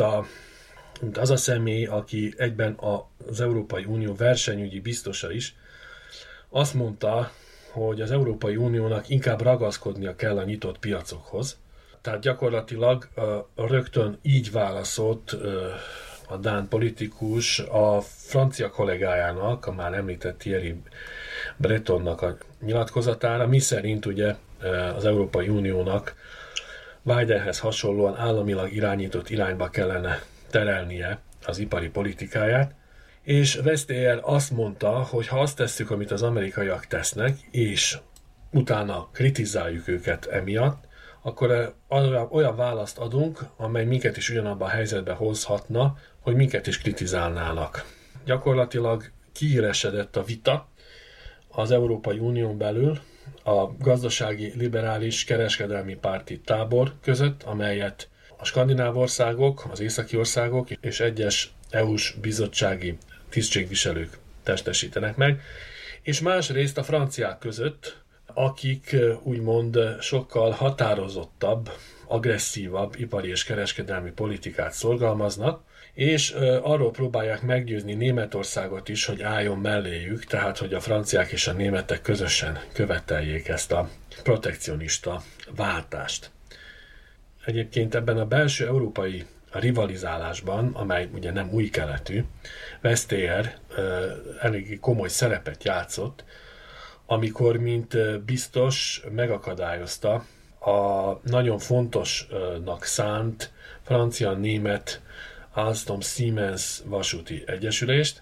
Speaker 7: az a személy, aki egyben az Európai Unió versenyügyi biztosa is, azt mondta, hogy az Európai Uniónak inkább ragaszkodnia kell a nyitott piacokhoz. Tehát gyakorlatilag rögtön így válaszolt a dán politikus a francia kollégájának, a már említett Thierry Bretonnak a nyilatkozatára, miszerint ugye az Európai Uniónak Bidenhez hasonlóan államilag irányított irányba kellene terelnie az ipari politikáját, és Vestager azt mondta, hogy ha azt tesszük, amit az amerikaiak tesznek, és utána kritizáljuk őket emiatt, akkor olyan választ adunk, amely minket is ugyanabban a helyzetbe hozhatna, hogy minket is kritizálnának. Gyakorlatilag kiüresedett a vita az Európai Unión belül a gazdasági liberális kereskedelmi párti tábor között, amelyet a skandináv országok, az északi országok és egyes EU-s bizottsági tisztségviselők testesítenek meg, és másrészt a franciák között, akik úgymond sokkal határozottabb, agresszívabb ipari és kereskedelmi politikát szorgalmaznak, és arról próbálják meggyőzni Németországot is, hogy álljon melléjük, tehát hogy a franciák és a németek közösen követeljék ezt a protekcionista váltást. Egyébként ebben a belső európai rivalizálásban, amely ugye nem új keletű, Vestager elég komoly szerepet játszott, amikor mint biztos megakadályozta a nagyon fontosnak szánt francia-német Alstom-Siemens vasúti egyesülést,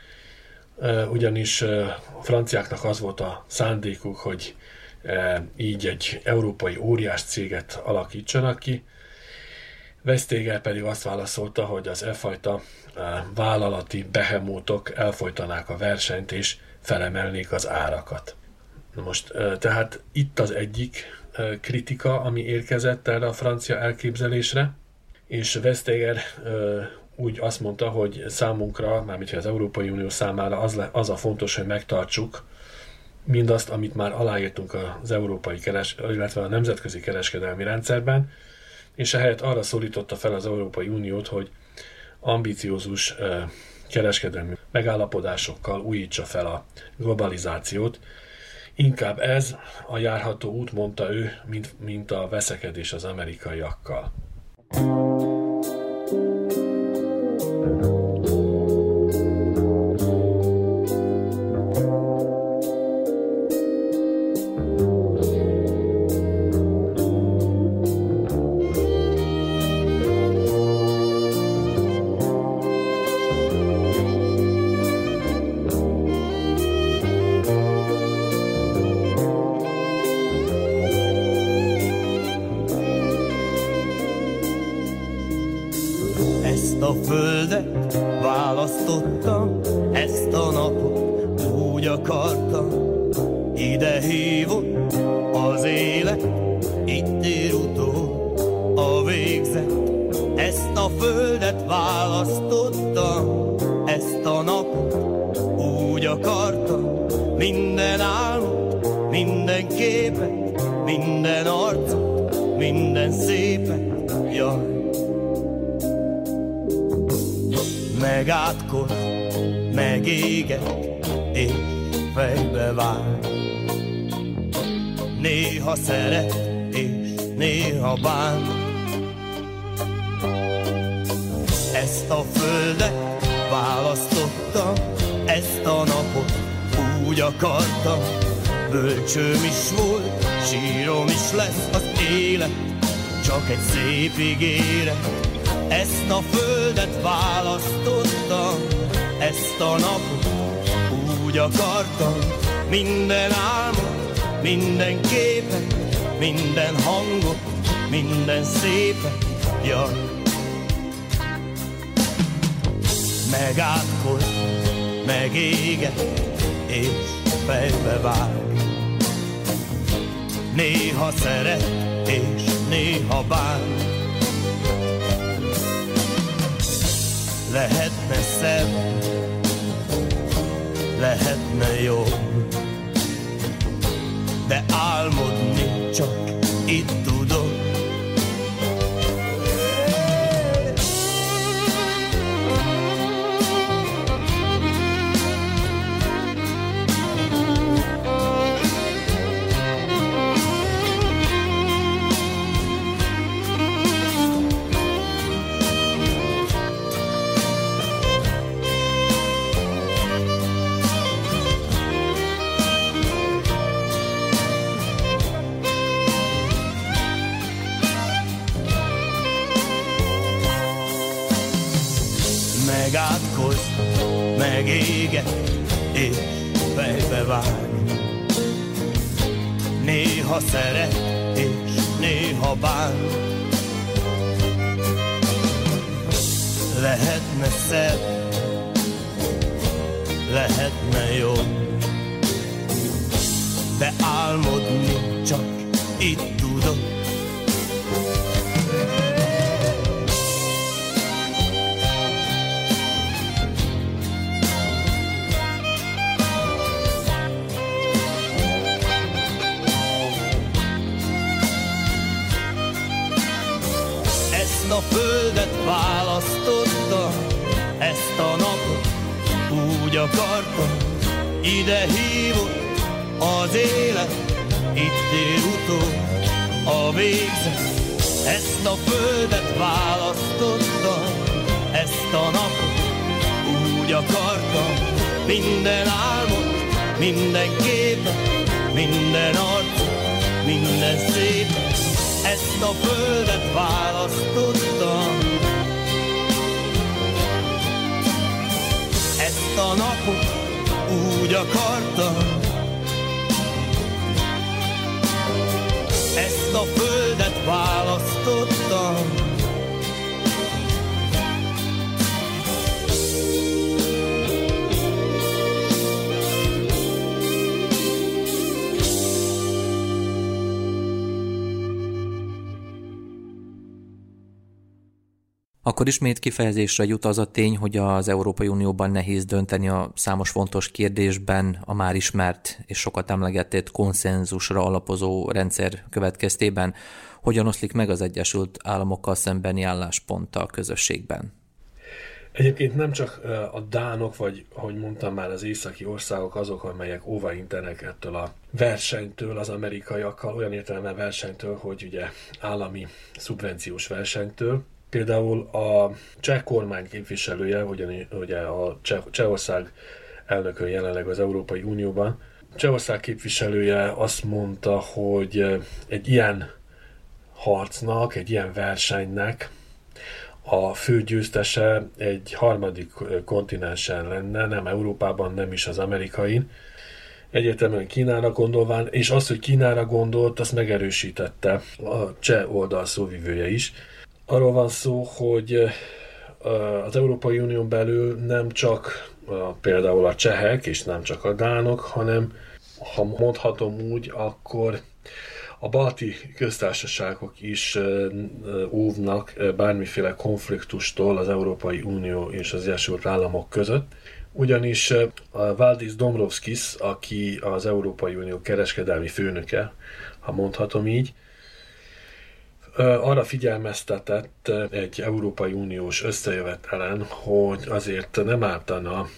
Speaker 7: ugyanis a franciáknak az volt a szándékuk, hogy így egy európai óriás céget alakítsanak ki. Vestager pedig azt válaszolta, hogy az fajta vállalati behemótok elfojtanák a versenyt és felemelnék az árakat. Na most, tehát itt az egyik kritika, ami érkezett erre a francia elképzelésre, és Vestager úgy azt mondta, hogy számunkra, mármint az Európai Unió számára az a fontos, hogy megtartsuk mindazt, amit már aláírtunk az európai illetve a nemzetközi kereskedelmi rendszerben, és ehelyett arra szólította fel az Európai Uniót, hogy ambiciózus kereskedelmi megállapodásokkal újítsa fel a globalizációt. Inkább ez a járható út, mondta ő, mint a veszekedés az amerikaiakkal.
Speaker 3: A földet választottam, ezt a napot úgy akartam, ide hívott az élet, itt ér utol a végzet. Ezt a földet választottam, ezt a napot úgy akartam, minden álmot, minden képet, minden arcot, minden szépet, jaj.
Speaker 14: Megátkoz, megéget és fejbe vág. Néha szeret és néha bán. Ezt a földet választottam, ezt a napot úgy akartam. Bölcsőm is volt, sírom is lesz az élet, csak egy szép ígéret. Ezt a földet választottam, ezt a napot úgy akartam. Minden álmot, minden képet, minden hangot, minden szépet, jaj. Megátkoz, megéget és fejbe vág. Néha szeret és néha bán. Lehetne szebb, lehetne jobb, de álmodni csak itt tudok. Megátkoz, megéget és fejbe vág. Néha szeret és néha bán. Lehetne szebb, lehetne jobb, de álmodni csak itt tudok. Ezt a földet választottam, ezt a napot úgy akartam. Ide hívott az élet, itt ér utol a végzet. Ezt a földet választottam, ezt a napot úgy akartam. Minden álmot, minden képet, minden arcot, minden szépet. Ezt a földet választottam, ezt a napot úgy akartam. Ezt a földet választottam.
Speaker 2: Akkor ismét kifejezésre jut az a tény, hogy az Európai Unióban nehéz dönteni a számos fontos kérdésben a már ismert és sokat emlegetett konszenzusra alapozó rendszer következtében. Hogyan oszlik meg az Egyesült Államokkal szembeni álláspont a közösségben?
Speaker 7: Egyébként nem csak a dánok, vagy ahogy mondtam már, az északi országok azok, amelyek óvaintenek ettől a versenytől az amerikaiakkal, olyan értelemben versenytől, hogy ugye állami szubvenciós versenytől. Például a cseh kormány képviselője, ugye a Csehország elnökön jelenleg az Európai Unióban, Csehország képviselője azt mondta, hogy egy ilyen harcnak, egy ilyen versenynek a fő győztese egy harmadik kontinensen lenne, nem Európában, nem is az amerikain. Egyértelműen Kínára gondolván, és az, hogy Kínára gondolt, azt megerősítette a cseh oldal szóvivője is. Arról van szó, hogy az Európai Unión belül nem csak például a csehek, és nem csak a dánok, hanem, ha mondhatom úgy, akkor a balti köztársaságok is óvnak bármiféle konfliktustól az Európai Unió és az Egyesült Államok között. Ugyanis Valdis Dombrovskis, aki az Európai Unió kereskedelmi főnöke, ha mondhatom így, arra figyelmeztetett egy Európai Uniós összejövetelen, hogy azért nem ártana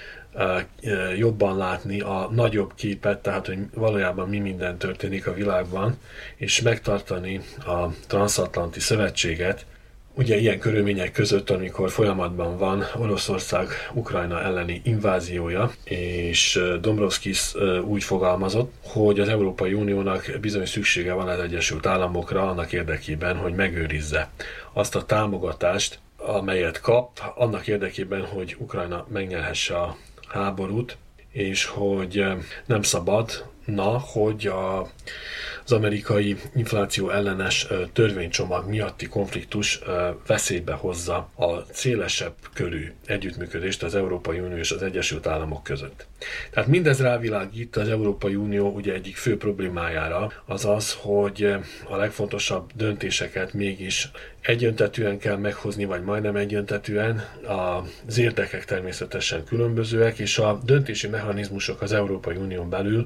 Speaker 7: jobban látni a nagyobb képet, tehát hogy valójában mi minden történik a világban, és megtartani a Transatlanti Szövetséget, ugye ilyen körülmények között, amikor folyamatban van Oroszország Ukrajna elleni inváziója, és Dombrovskis úgy fogalmazott, hogy az Európai Uniónak bizony szüksége van az Egyesült Államokra annak érdekében, hogy megőrizze azt a támogatást, amelyet kap, annak érdekében, hogy Ukrajna megnyerhesse a háborút, és hogy nem szabadna, hogy az amerikai infláció ellenes törvénycsomag miatti konfliktus veszélybe hozza a szélesebb körű együttműködést az Európai Unió és az Egyesült Államok között. Tehát mindez rávilágít az Európai Unió ugye egyik fő problémájára, az az, hogy a legfontosabb döntéseket mégis egyöntetűen kell meghozni, vagy majdnem egyöntetűen. Az érdekek természetesen különbözőek, és a döntési mechanizmusok az Európai Unión belül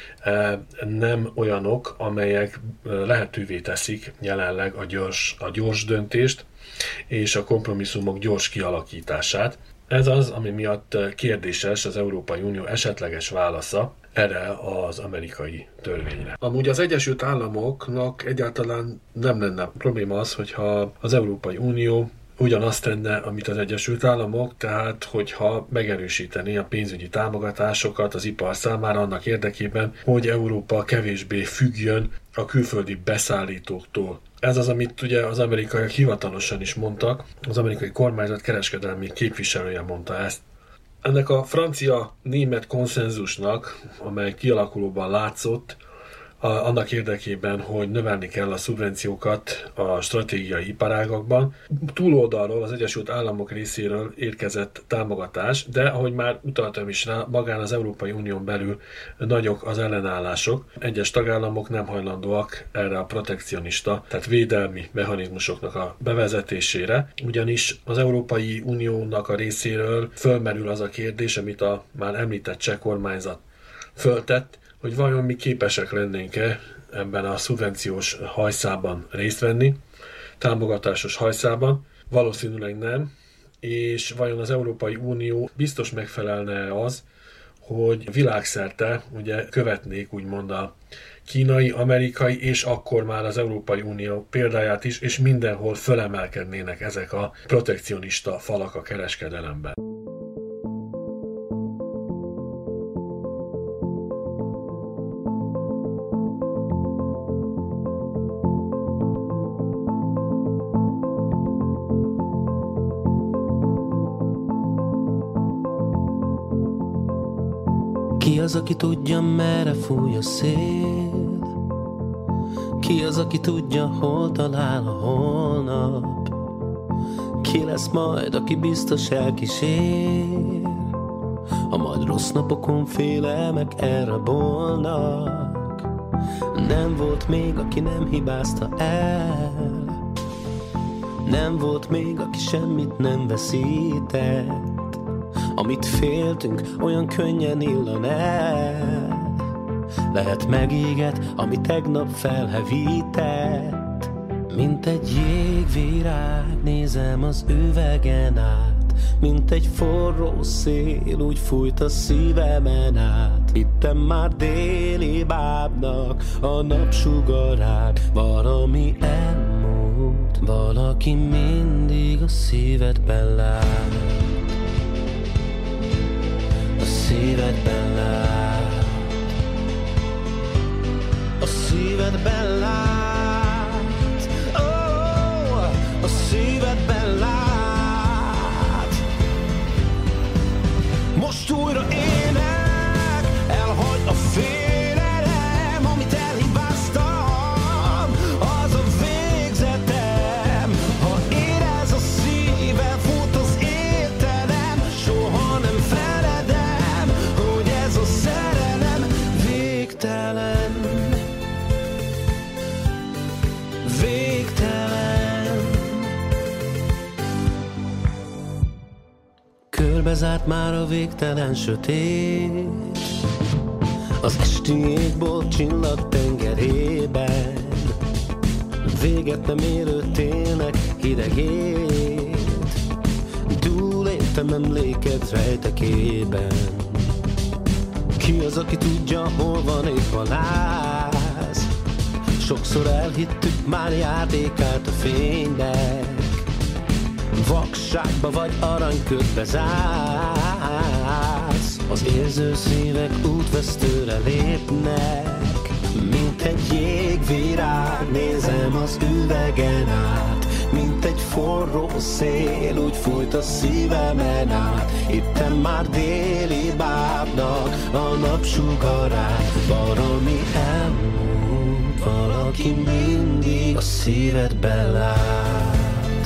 Speaker 7: nem olyanok, amelyek lehetővé teszik jelenleg a gyors döntést és a kompromisszumok gyors kialakítását. Ez az, ami miatt kérdéses az Európai Unió esetleges válasza erre az amerikai törvényre. Amúgy az Egyesült Államoknak egyáltalán nem lenne probléma az, hogyha az Európai Unió ugyanazt tenne, amit az Egyesült Államok, tehát hogyha megerősítené a pénzügyi támogatásokat az ipar számára annak érdekében, hogy Európa kevésbé függjön a külföldi beszállítóktól. Ez az, amit ugye az amerikaiak hivatalosan is mondtak, az amerikai kormányzat kereskedelmi képviselője mondta ezt. Ennek a francia-német konszenzusnak, amely kialakulóban látszott, annak érdekében, hogy növelni kell a szubvenciókat a stratégiai iparágakban. Túloldalról az Egyesült Államok részéről érkezett támogatás, de ahogy már utaltam is rá, magán az Európai Unión belül nagyok az ellenállások. Egyes tagállamok nem hajlandóak erre a protekcionista, tehát védelmi mechanizmusoknak a bevezetésére, ugyanis az Európai Uniónak a részéről fölmerül az a kérdés, amit a már említett cseh kormányzat föltett, hogy vajon mi képesek lennénk-e ebben a szubvenciós hajszában részt venni, támogatásos hajszában. Valószínűleg nem, és vajon az Európai Unió biztos megfelelne az, hogy világszerte ugye követnék úgymond a kínai, amerikai és akkor már az Európai Unió példáját is, és mindenhol fölemelkednének ezek a protekcionista falak a kereskedelemben.
Speaker 15: Ki az, aki tudja, merre fúj a szél? Ki az, aki tudja, hol talál a holnap? Ki lesz majd, aki biztos elkísér? Ha majd rossz napokon félelmek elrabolnak. Nem volt még, aki nem hibázta el. Nem volt még, aki semmit nem veszített. Amit féltünk, olyan könnyen illan el. Lehet megéget, ami tegnap felhevített. Mint egy jégvirág nézem az üvegen át. Mint egy forró szél úgy fújt a szívemen át. Hittem már déli bábnak a napsugarát. Valami elmúlt, valaki mindig a szívedben lát. A szívedben lát. A szívedben lát. Oh, a szívedben lát. Most újra ének, elhagy a félelem, amit elhibáztam, az a végzetem. Ha érez a szívem, fut az értelem, soha nem feledem, hogy ez a szerelem végtelen. Végtelen. Körbezárt már a végtelen sötét, az esti égbolt csillag tengerében. véget nem érő télnek hidegét. Túléltem emléket rejtekében. Ki az, aki tudja, hol van épp a láz? Sokszor elhittük, már játékát a fénynek. Vakságba vagy aranyködbe zársz. Az érző szívek útvesztőre lépnek. Mint egy jégvirág nézem az üvegen át. Mint egy forró szél úgy fújt a szívemen át. Itten már déli bábnak a napsugarát. Valami elmúlt, valaki mindig a szívedbe lát.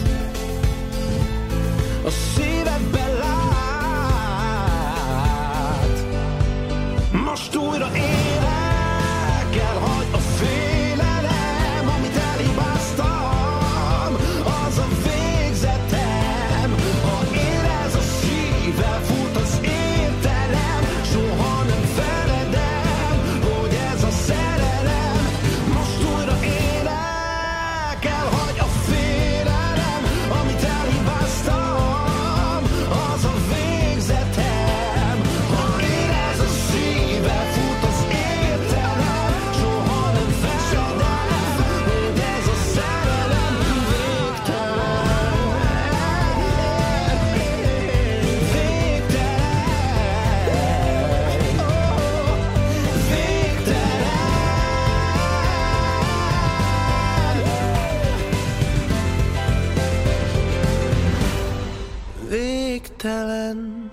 Speaker 15: A szívedbe lát. Most újra élek, elhagy a félelem, amit elhibáztam, az a végzetem. Ha érez a szívvel, fut az értelem, soha nem feledem, hogy ez a szerelem. Most újra élek, elhagy a félelem, amit elhibáztam. Végtelen.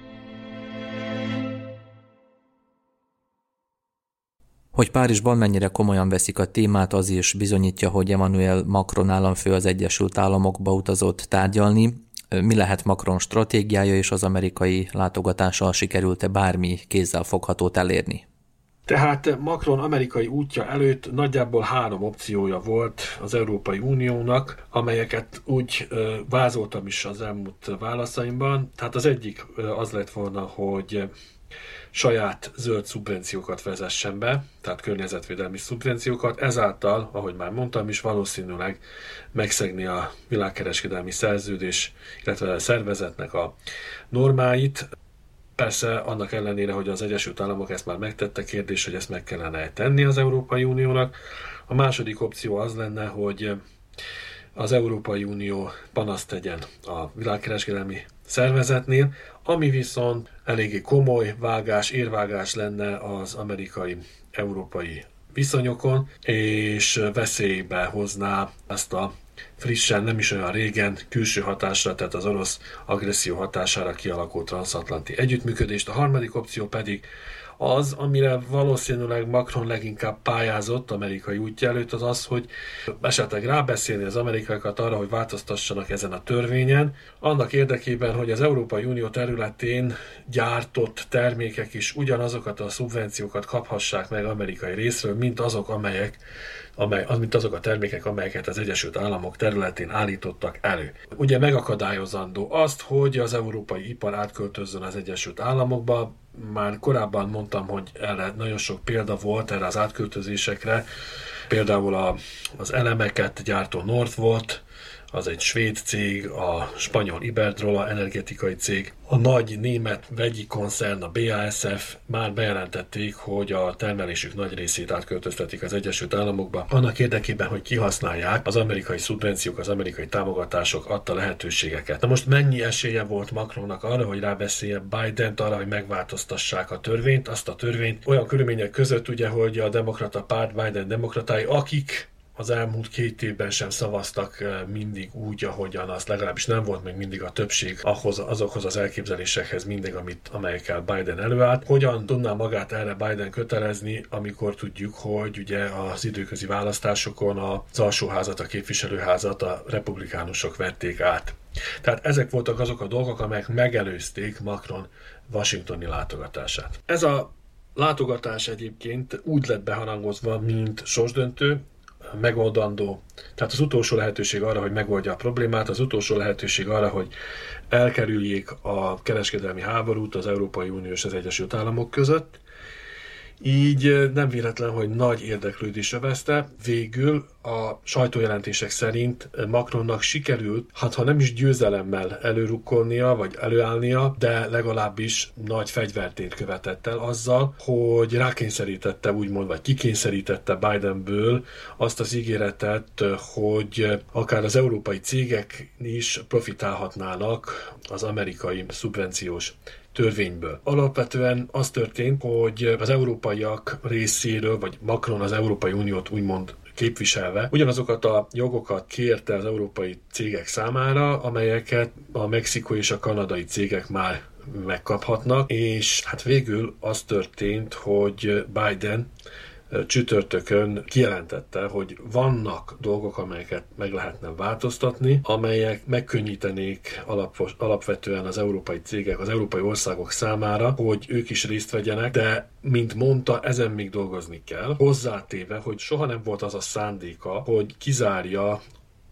Speaker 2: Hogy Párizsban mennyire komolyan veszik a témát, az is bizonyítja, hogy Emmanuel Macron államfő az Egyesült Államokba utazott tárgyalni. Mi lehet Macron stratégiája, és az amerikai látogatással sikerült-e bármi kézzelfoghatót elérni?
Speaker 7: Tehát Macron amerikai útja előtt nagyjából 3 opciója volt az Európai Uniónak, amelyeket úgy vázoltam is az elmúlt válaszaimban. Tehát az egyik az lett volna, hogy saját zöld szubvenciókat vezessen be, tehát környezetvédelmi szubvenciókat, ezáltal, ahogy már mondtam is, valószínűleg megszegni a világkereskedelmi szerződés, illetve a szervezetnek a normáit. Persze annak ellenére, hogy az Egyesült Államok ezt már megtette, kérdés, hogy ezt meg kellene tenni az Európai Uniónak. A második opció az lenne, hogy az Európai Unió panaszt tegyen a világkereskedelmi szervezetnél, ami viszont eléggé komoly érvágás lenne az amerikai-európai viszonyokon, és veszélybe hozná ezt a frissen, nem is olyan régen külső hatásra, tehát az orosz agresszió hatására kialakult transatlanti együttműködést. A harmadik opció pedig az, amire valószínűleg Macron leginkább pályázott amerikai útja előtt, az az, hogy esetleg rábeszélni az amerikaiakat arra, hogy változtassanak ezen a törvényen, annak érdekében, hogy az Európai Unió területén gyártott termékek is ugyanazokat a szubvenciókat kaphassák meg amerikai részről, mint azok a termékek, amelyeket az Egyesült Államok területén állítottak elő. Ugye megakadályozandó azt, hogy az európai ipar átköltözzön az Egyesült Államokba. Már korábban mondtam, hogy erre nagyon sok példa volt erre az átköltözésekre. Például az elemeket gyártó Northvolt, az egy svéd cég, a spanyol Iberdrola energetikai cég, a nagy német vegyi koncern, a BASF már bejelentették, hogy a termelésük nagy részét átköltöztetik az Egyesült Államokba, annak érdekében, hogy kihasználják az amerikai szubvenciók, az amerikai támogatások adta lehetőségeket. Na most mennyi esélye volt Macronnak arra, hogy rábeszélje Bident arra, hogy megváltoztassák a törvényt, azt a törvényt olyan körülmények között, ugye, hogy a demokrata párt, Biden demokratái, akik az elmúlt 2 évben sem szavaztak mindig úgy, ahogyan az legalábbis nem volt még mindig a többség azokhoz az elképzelésekhez mindig, amelyekkel Biden előállt. Hogyan tudná magát erre Biden kötelezni, amikor tudjuk, hogy ugye az időközi választásokon az alsóházat, a képviselőházat a republikánusok vették át. Tehát ezek voltak azok a dolgok, amelyek megelőzték Macron washingtoni látogatását. Ez a látogatás egyébként úgy lett beharangozva, mint sorsdöntő, megoldandó. Tehát az utolsó lehetőség arra, hogy megoldja a problémát, az utolsó lehetőség arra, hogy elkerüljék a kereskedelmi háborút az Európai Unió és az Egyesült Államok között, Így nem véletlen, hogy nagy érdeklődés övezte. Végül a sajtójelentések szerint Macronnak sikerült, ha nem is győzelemmel előrukkolnia, vagy előállnia, de legalábbis nagy fegyvertét követett el azzal, hogy rákényszerítette, úgymond, vagy kikényszerítette Bidenből azt az ígéretet, hogy akár az európai cégek is profitálhatnának az amerikai szubvenciós törvényből. Alapvetően az történt, hogy az európaiak részéről, vagy Macron az Európai Uniót úgymond képviselve, ugyanazokat a jogokat kérte az európai cégek számára, amelyeket a mexikói és a kanadai cégek már megkaphatnak, és hát végül az történt, hogy Biden csütörtökön kijelentette, hogy vannak dolgok, amelyeket meg lehetne változtatni, amelyek megkönnyítenék alapvetően az európai cégek, az európai országok számára, hogy ők is részt vegyenek, de mint mondta, ezen még dolgozni kell. Hozzátéve, hogy soha nem volt az a szándéka, hogy kizárja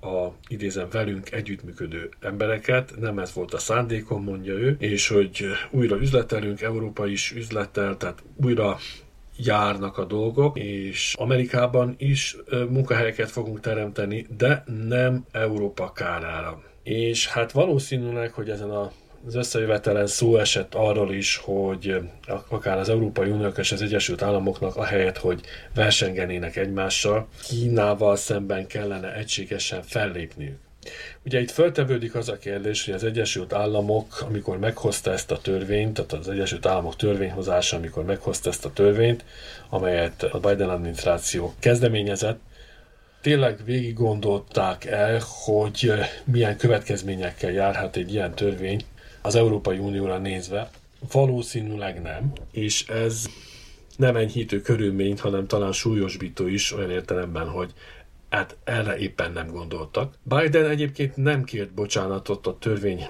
Speaker 7: idézem velünk együttműködő embereket, nem ez volt a szándékom, mondja ő, és hogy újra üzletelünk, Európa is üzletel, tehát újra járnak a dolgok, és Amerikában is munkahelyeket fogunk teremteni, de nem Európa kárára. És hát valószínűleg, hogy ezen az összejövetelen szó esett arról is, hogy akár az Európai Uniók és az Egyesült Államoknak ahelyett, hogy versengenének egymással, Kínával szemben kellene egységesen fellépniük. Ugye itt föltevődik az a kérdés, hogy az Egyesült Államok, amikor meghozta ezt a törvényt, tehát az Egyesült Államok törvényhozása, amikor meghozta ezt a törvényt, amelyet a Biden adminisztráció kezdeményezett, tényleg végig gondolták el, hogy milyen következményekkel járhat egy ilyen törvény az Európai Unióra nézve. Valószínűleg nem, és ez nem enyhítő körülményt, hanem talán súlyosbító is olyan értelemben, hogy hát erre éppen nem gondoltak. Biden egyébként nem kért bocsánatot a törvény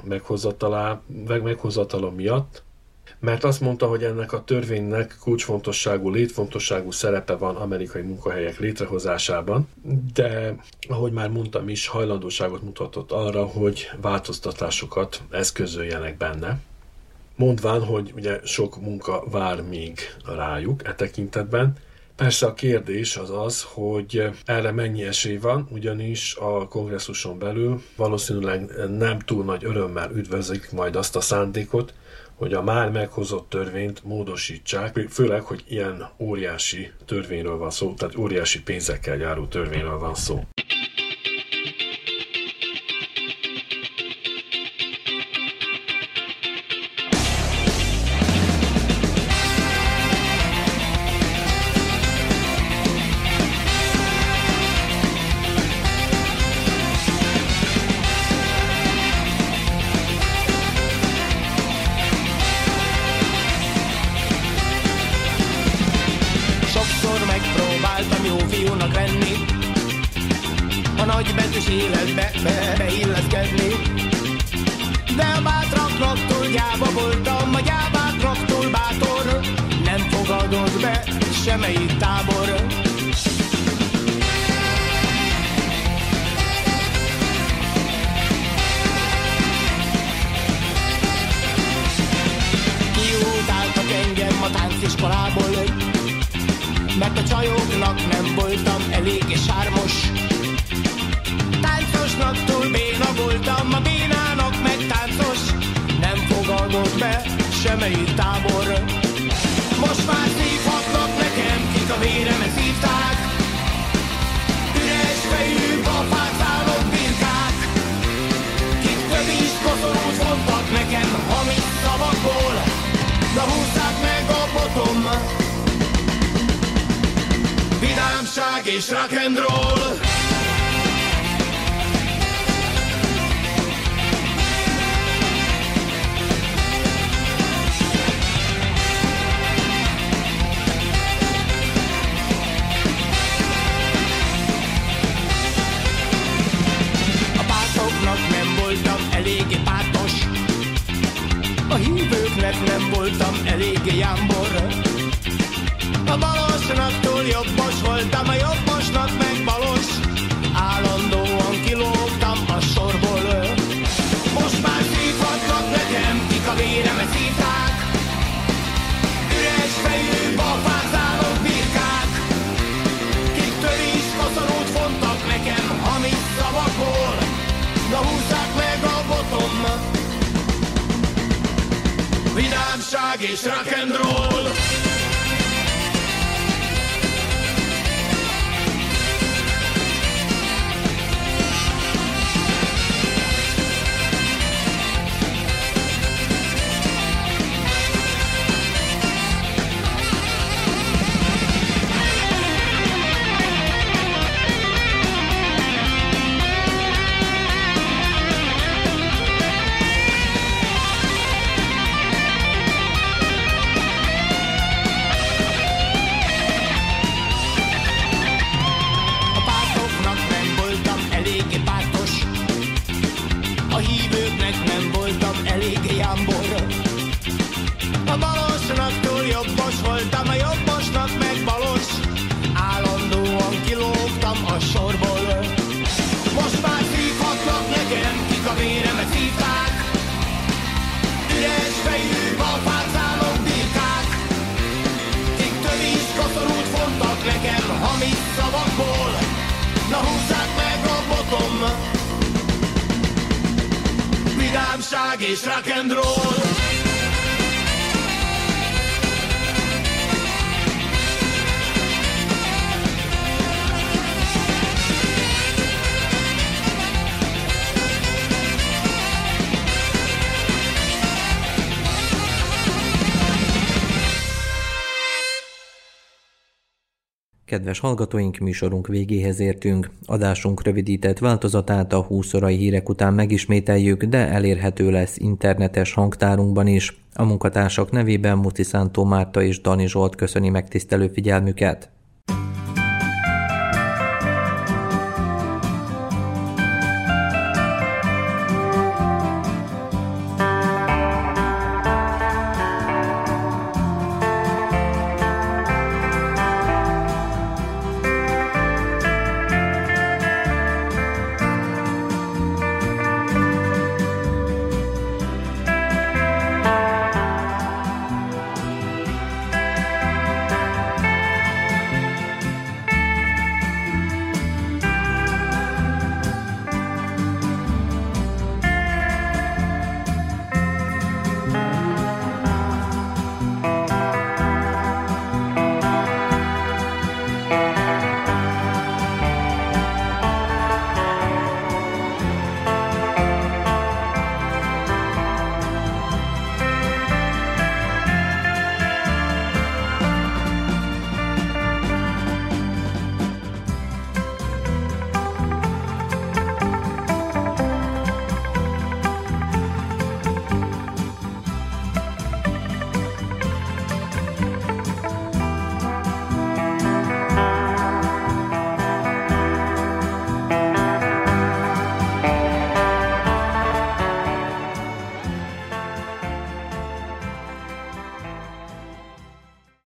Speaker 7: meghozatala miatt, mert azt mondta, hogy ennek a törvénynek kulcsfontosságú, létfontosságú szerepe van amerikai munkahelyek létrehozásában, de ahogy már mondtam is, hajlandóságot mutatott arra, hogy változtatásokat eszközöljenek benne. Mondván, hogy ugye sok munka vár még rájuk e tekintetben. Persze a kérdés az az, hogy erre mennyi esély van, ugyanis a kongresszuson belül valószínűleg nem túl nagy örömmel üdvözlik majd azt a szándékot, hogy a már meghozott törvényt módosítsák, főleg, hogy ilyen óriási törvényről van szó, tehát óriási pénzekkel járó törvényről van szó.
Speaker 16: Életbe beilleszkedni. De a bátraknak túl gyáva voltam, a gyáváknak túl bátor, nem fogadott be semmelyik tábor. Kiutáltak engem a tánciskolából, mert a csajoknak nem voltam eléggé sármos. Táncosnak túl béna voltam, a bénának meg táncos, nem fogadott be semmelyik tábor. Most már szívhatnak nekem, kik a véremet szívták, üres fejű bafácálok birkák, kik több is koszorút mondtak nekem hamis szavakból, de húzzák meg a botom. Vidámság és rock'n'roll. Eléggé pártos, a hívőknek nem voltam eléggé jámbor. A balosnak túl jobbos voltam, a jobbosnak meg balos, állandóan kilógtam a sorból. Most már szívhatnak nekem, kik a véremet szívták, üres fejű bafácál vidám és rock'n'roll. Vidámság és rock'n'roll.
Speaker 2: Kedves hallgatóink, műsorunk végéhez értünk. Adásunk rövidített változatát a 20 órai hírek után megismételjük, de elérhető lesz internetes hangtárunkban is. A munkatársak nevében Muci Szántó Márta és Dani Zsolt köszöni megtisztelő figyelmüket.